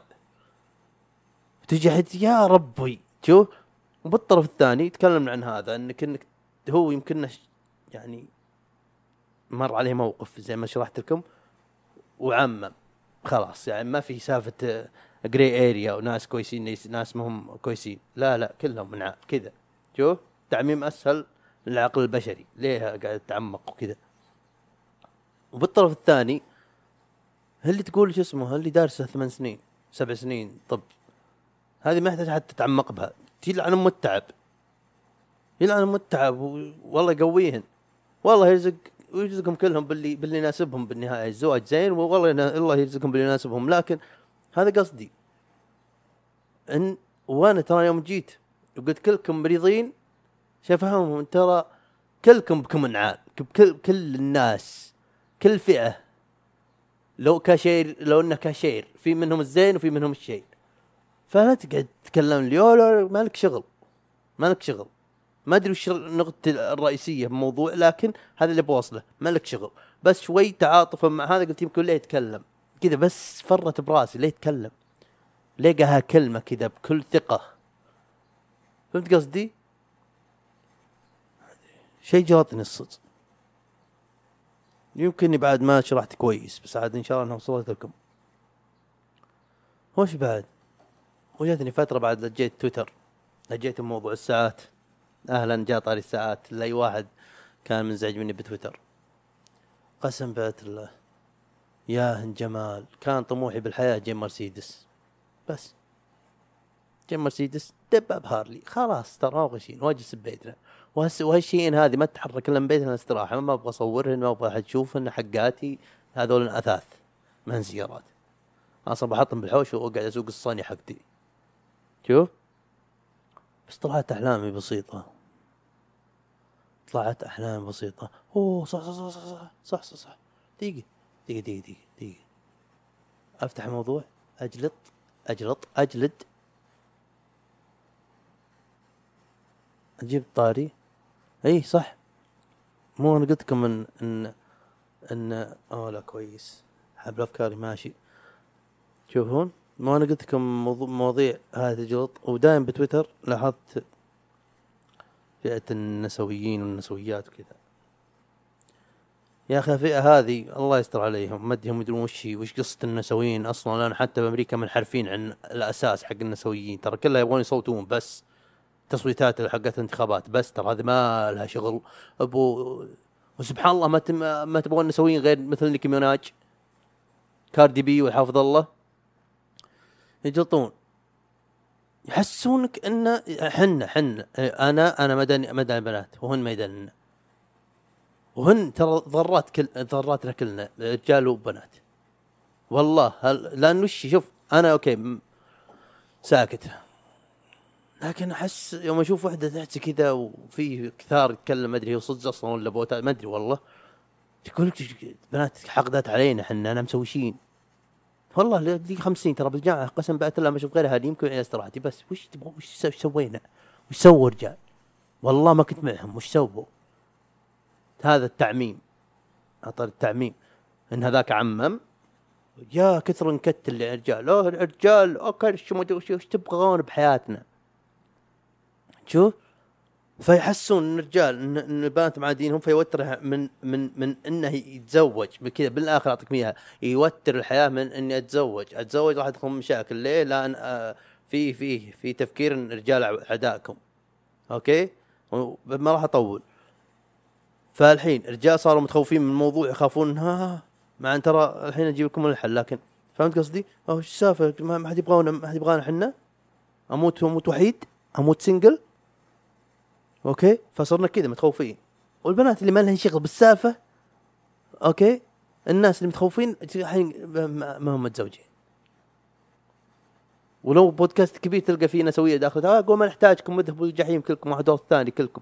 تجي حد يا ربي. شوف وبالطرف الثاني يتكلم عن هذا انك انك هو يمكن يعني مر عليه موقف زي ما شرحت لكم وعمم خلاص، يعني ما في سالفه جراي اريا وناس كويسين ناس مهم كويسين، لا لا كلهم من كذا. شوف تعميم اسهل للعقل البشري، ليه قاعد تتعمق وكذا. وبالطرف الثاني اللي تقول شو اسمه اللي دارسه ثمان سنين سبع سنين طب، هذه ما يحتاج حتى تتعمق بها، يلعن ام التعب يلعن ام التعب والله يقويهن، والله يرزق ويرزقهم كلهم باللي باللي يناسبهم بالنهايه. الزواج زين والله الله يرزقهم باللي يناسبهم، لكن هذا قصدي ان وانا ترى يوم جيت وقلت كلكم مريضين شفهمهم ترى كلكم بكم انعال، كل كل الناس كل فئه لو كاشير لو انه كاشير في منهم الزين وفي منهم الشيء، فلا تقعد تتكلم لي لا مالك شغل مالك شغل. ما ادري وش النقطه الرئيسيه بموضوع، لكن هذا اللي بوصله مالك شغل. بس شوي تعاطفا مع هذا قلت يمكن ليه يتكلم كذا، بس فرت براسي ليه يتكلم لقاها كلمه كذا بكل ثقه. فهمت قصدي؟ شيء جاطني الصدق، يمكنني بعد ما شرحت كويس بس عاد ان شاء الله انه وصلت لكم. وش بعد وجدتني فتره بعد لجيت تويتر، لجيت موضوع الساعات. اهلا جاء طاري الساعات لاي واحد كان منزعج مني بتويتر. قسم بيت الله يا هن جمال، كان طموحي بالحياه جيم مرسيدس، بس جيم مرسيدس دباب هارلي خلاص ترى غشين واجلس ببيتنا، وهالشيئين هذه ما تتحرك الا من بيتنا استراحه، ما ابغى اصورهن ما ابغى احد يشوفهن، حقاتي هذول الاثاث من سيارات اصلا بحطهم بالحوش واقعد اسوق الصاني حقتي. شوف بس طلعت احلامي بسيطه، طلعت احلامي بسيطه. اوه صح صح صح صح صح صح, صح. دقيقه دقيقه دقيقه دقيقه دقيقه افتح موضوع اجلط اجلط اجلد اجيب طاري. اي صح مو انا قلت لكم ان ان ان اه لا كويس حبل افكاري ماشي. شوفون ما انا قلت لكم موضوع مواضيع هذه تجلط، ودائما بتويتر لاحظت فئة النسويين والنسويات وكذا. يا اخي الفئة هذه الله يستر عليهم، ما ادري هم يدرون وش وش قصة النسويين اصلا، لان حتى بامريكا منحرفين عن الاساس حق النسويين، ترى كلها يبغون يصوتون بس تصويتات حقت الانتخابات بس، ترى هذه ما لها شغل ابو. وسبحان الله ما تم ما تبغون النسويين غير مثل نيكي ميناج. كاردي بي والحافظ الله يجلطون يحسونك ان حنا حنا انا انا مدني مدني بنات وهن ما يدننا وهن ترى ضرات كل ضراتنا كلنا رجال وبنات والله. لانه شوف انا اوكي م... ساكت لكن احس يوم اشوف وحده تحكي كذا وفي كثار يتكلم ما ادري هو صدق اصلا ولا بوتات ما ادري والله تقول لك بنات حقدات علينا احنا انا مسويشين والله لي خمسين ترى بالجامعه قسم بالله ما اشوف غيرها هذه يمكن على استراحتي بس وش تبغوا وش سوينا وش سووا رجال والله ما كنت معهم وش سووا. هذا التعميم اطر التعميم ان هذاك عمم يا كثر نكت الرجال لا الرجال اوكي شو ما وش تبغون بحياتنا شو فيحسون ان الرجال ان البنات معادينهم فيوترها من من من انه يتزوج بكذا بالاخر اعطيك اياها يوتر الحياه من اني اتزوج اتزوج راح تكون مشاكل ليه لان آه في في في تفكير ان الرجال اعدائكم اوكي ما راح اطول. فالحين الرجال صاروا متخوفين من الموضوع يخافون ها مع ان ترى الحين اجيب لكم الحل لكن فهمت قصدي او ايش السالفه ما حد يبغانا ما حد يبغانا احنا اموت اموت وحيد اموت سنجل اوكي فصرنا كذا متخوفين. والبنات اللي ما لهم شغل بالسالفه اوكي الناس اللي متخوفين الحين ما هم متزوجين. ولو بودكاست كبير تلقى فيه نسويه داخل ها قوم ما نحتاجكم اذهبوا الجحيم كلكم واحد دور ثاني كلكم.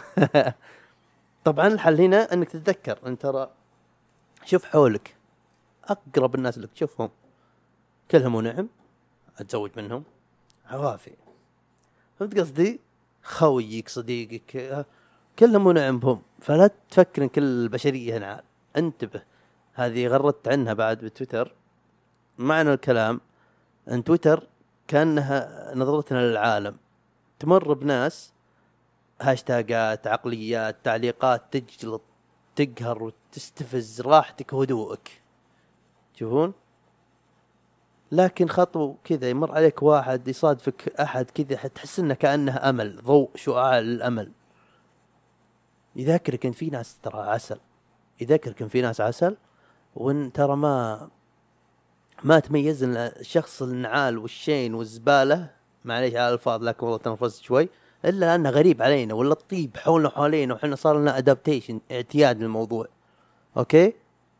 طبعا الحل هنا انك تتذكر ان ترى شوف حولك اقرب الناس لك شوفهم كلهم ونعم اتزوج منهم عوافي فهمت قصدي خويك صديقك كلهم ونعم بهم. فلا تفكر ان كل البشريه هنا انتبه هذه غردت عنها بعد بتويتر. معنى الكلام ان تويتر كانها نظرتنا للعالم تمر بناس هاشتاجات عقليات تعليقات تجلط تقهر وتستفز راحتك وهدوءك تشوفون. لكن خطو كذا يمر عليك واحد يصادفك احد كذا تحس انه كانه امل ضوء شعاع الامل يذكرك ان في ناس ترى عسل يذكرك ان في ناس عسل وان ترى ما ما تميز الشخص النعال والشين والزباله معليش على الفاظ لكن والله تنفست شوي الا انه غريب علينا ولا الطيب حولنا حوالينا وحنا صار لنا ادابتيشن اعتياد للموضوع اوكي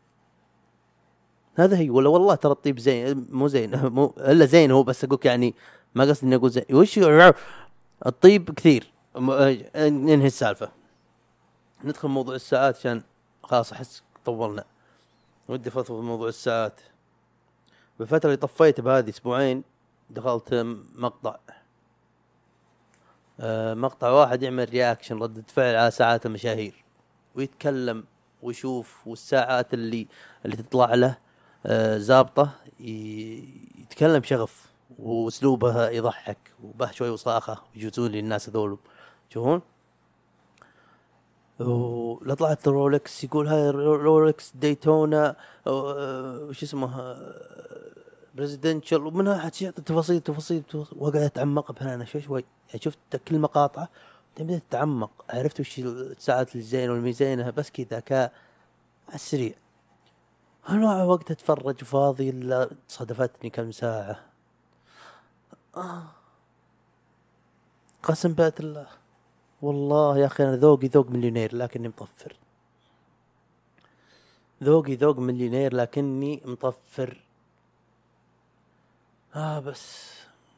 هذا هي. ولا والله ترى الطيب زين مو زين مو الا زين هو بس اقولك يعني ما قصدي اني اقول زين وش الطيب كثير. ننهي السالفه ندخل موضوع الساعات عشان خلاص احس طولنا ودي فضفض في موضوع الساعات. بالفتره اللي طفيت بهذه اسبوعين دخلت مقطع آه مقطع واحد يعمل رياكشن ردة فعل على ساعات المشاهير ويتكلم ويشوف والساعات اللي اللي تطلع له آه زابطة يتكلم شغف واسلوبها يضحك وبه شوي وصاخة ويجوزون للناس هذول تشوفون. ولا طلعت رولكس يقول هاي رولكس ديتونا وش اسمه بريزيدنشال ومنها حتى تفاصيل تفاصيل وقعدت اتعمق بها انا شوي شوي يعني شفت كل مقاطع بدأت اتعمق عرفت وش الساعات الزين والميزينها بس كذا كا على السريع هالنوع وقت اتفرج فاضي الا صدفتني كم ساعة آه. قسم بات الله والله يا اخي انا ذوقي ذوق مليونير لكني مطفر ذوقي ذوق مليونير لكني مطفر اه بس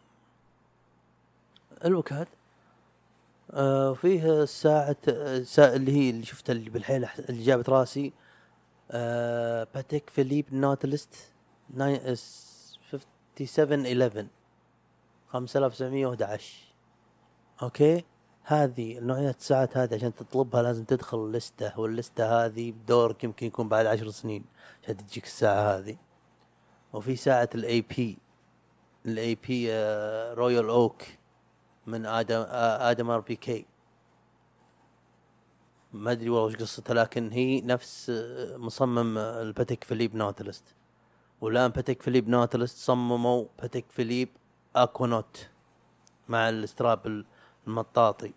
الوكاد آه فيه الساعة الساعة اللي هي اللي شفتها اللي بالحيل اللي جابت راسي آه باتيك فيليب نوتلست سبعة سبعة واحد واحد خمسة آلاف وتسعمية وأحد عشر اوكي. هذه النوعية الساعات هذه عشان تطلبها لازم تدخل لستة واللستة هذه بدورك يمكن يكون بعد عشر سنين عشان تجيك الساعة هذه. وفي ساعة الاي بي الاي بي رويال اوك من ادم ادم ار بي كي ما ادري والله وش قصتها لكن هي نفس مصمم الباتيك فيليب نوتلست. والان باتيك فيليب نوتلست صمموا باتيك فيليب اكونوت مع الاستراب المطاطي.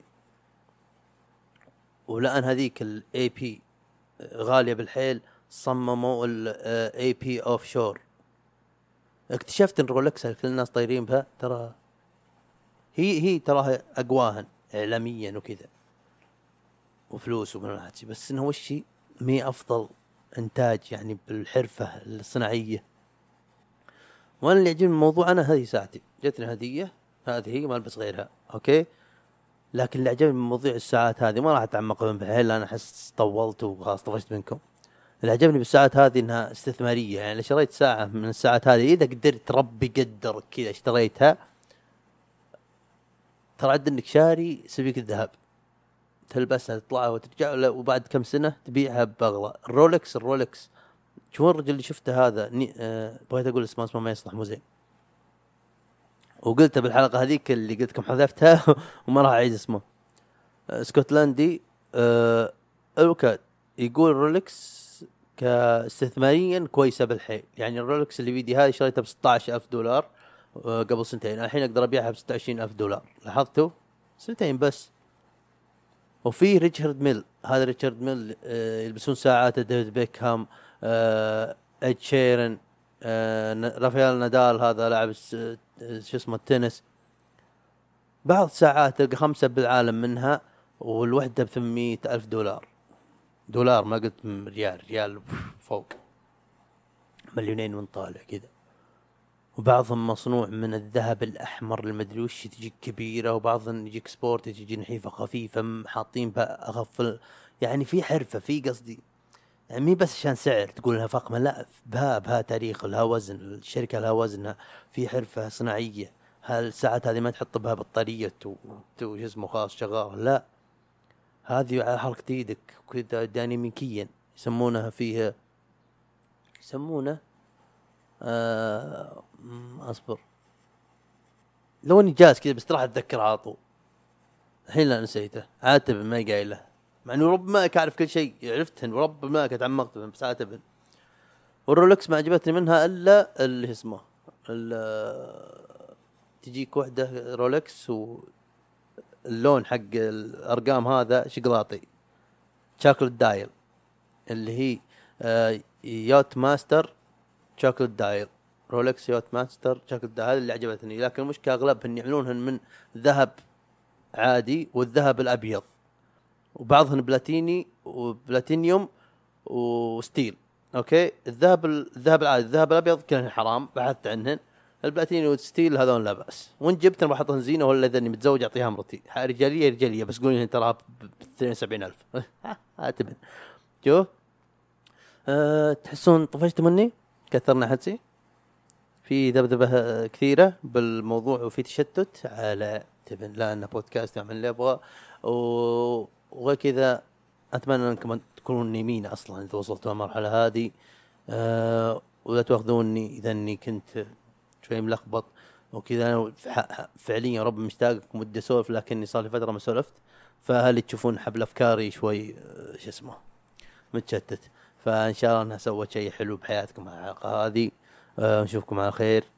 ولان هذيك الاي بي غالية بالحيل صمموا الاي بي اوف شور اكتشفت ان رولكس اللي كل الناس طايرين بها ترى هي هي تراها اقواهن اعلاميا وكذا وفلوس ومن هذا الشيء، بس انه هو الشيء مي افضل انتاج يعني بالحرفه الصناعيه. وانا اللي يعجبني الموضوع انا هذه ساعتي جتني هديه، هذه هي ما البس غيرها اوكي. لكن اللي عجبني من موضوع الساعات هذه ما راح اتعمق بالحيل لان احس طولت وخلاص طفشت منكم. اللي عجبني بالساعات هذه انها استثماريه، يعني شريت ساعه من الساعات هذه اذا قدرت ربي قدر كذا اشتريتها ترى عد انك شاري سبيك الذهب، تلبسها تطلعها وترجع وبعد كم سنه تبيعها باغلى. الرولكس الرولكس شو الرجل اللي شفته هذا آه بغيت اقول اسمه اسمه ما يصلح مو زين، وقلتها بالحلقه هذيك اللي قلت لكم حذفتها وما راح اعيد اسمه. آه اسكتلندي آه الوكاد يقول رولكس كاستثماريا كويسه بالحيل. يعني الرولكس اللي بيدي هذه شريتها ب ستة عشر ألف دولار آه قبل سنتين، الحين اقدر ابيعها ب ستة وعشرين ألف دولار. لاحظتوا سنتين بس. وفي ريتشارد ميل، هذا ريتشارد ميل آه يلبسون ساعات ديفيد بيكهام آه إد شيرن آه رافائيل نادال هذا لاعب شو اسمه التنس. بعض ساعات تلقى خمسة بالعالم منها والوحدة بثمانمية ألف دولار. دولار ما قلت ريال، ريال فوق مليونين من طالع كذا. وبعضهم مصنوع من الذهب الأحمر المدري وش تجيك كبيرة، وبعضهم يجيك سبورت تجي نحيفة خفيفة حاطين بها أخف. يعني في حرفة في قصدي، يعني مي بس عشان سعر تقول لها فقمة، لا بها بها تاريخ، لها وزن، الشركة لها وزنها، في حرفة صناعية. هالساعات هذه ما تحط بها بطارية وش اسمه خلاص شغال، لا هذه على حركة ايدك كذا ديناميكيا يسمونها فيها يسمونه آه اصبر لو اني جالس كذا بس راح اتذكر على طول الحين لا نسيته. عاتب ما قايله مع انه رب ما اعرف كل شيء عرفتهن ورب ما تعمقت بس عاتب. والرولكس ما عجبتني منها الا اللي اسمه تجيك وحده رولكس واللون حق الارقام هذا شقلاطي شوكولات دايل اللي هي آه يوت ماستر شوكولات دايل، رولكس يوت ماستر شوكولات دايل، هذا اللي عجبتني. لكن المشكله اغلبهم يعملونهن من ذهب عادي والذهب الابيض، وبعضهن بلاتيني وبلاتينيوم وستيل اوكي. الذهب الذهب العادي الذهب الابيض كلهن حرام بحثت عنهن. البلاتيني والستيل هذول لا باس، وان جبتهم بحطهم زينه ولا اذا اني متزوج اعطيها مرتي رجاليه رجاليه بس قولي لهم ترى ب اثنين وسبعين ألف هاتبن شوف أه تحسون طفشت مني كثرنا حدسي في ذبذبه كثيره بالموضوع وفي تشتت على تبن، لا انه بودكاست يعمل اللي ابغى وغير كذا. اتمنى انكم تكونون نيمين اصلا اذا وصلتوا المرحله هذه أه ولا تاخذوني اذا اني كنت شوي ملخبط وكذا. فعليا رب مشتاقكم ودي اسولف لكني صار لي فتره ما سولفت، فهل تشوفون حبل افكاري شوي شو اسمه متشتت. فان شاء الله انها سوت شيء حلو بحياتكم الحلقه هذه. أه نشوفكم على خير.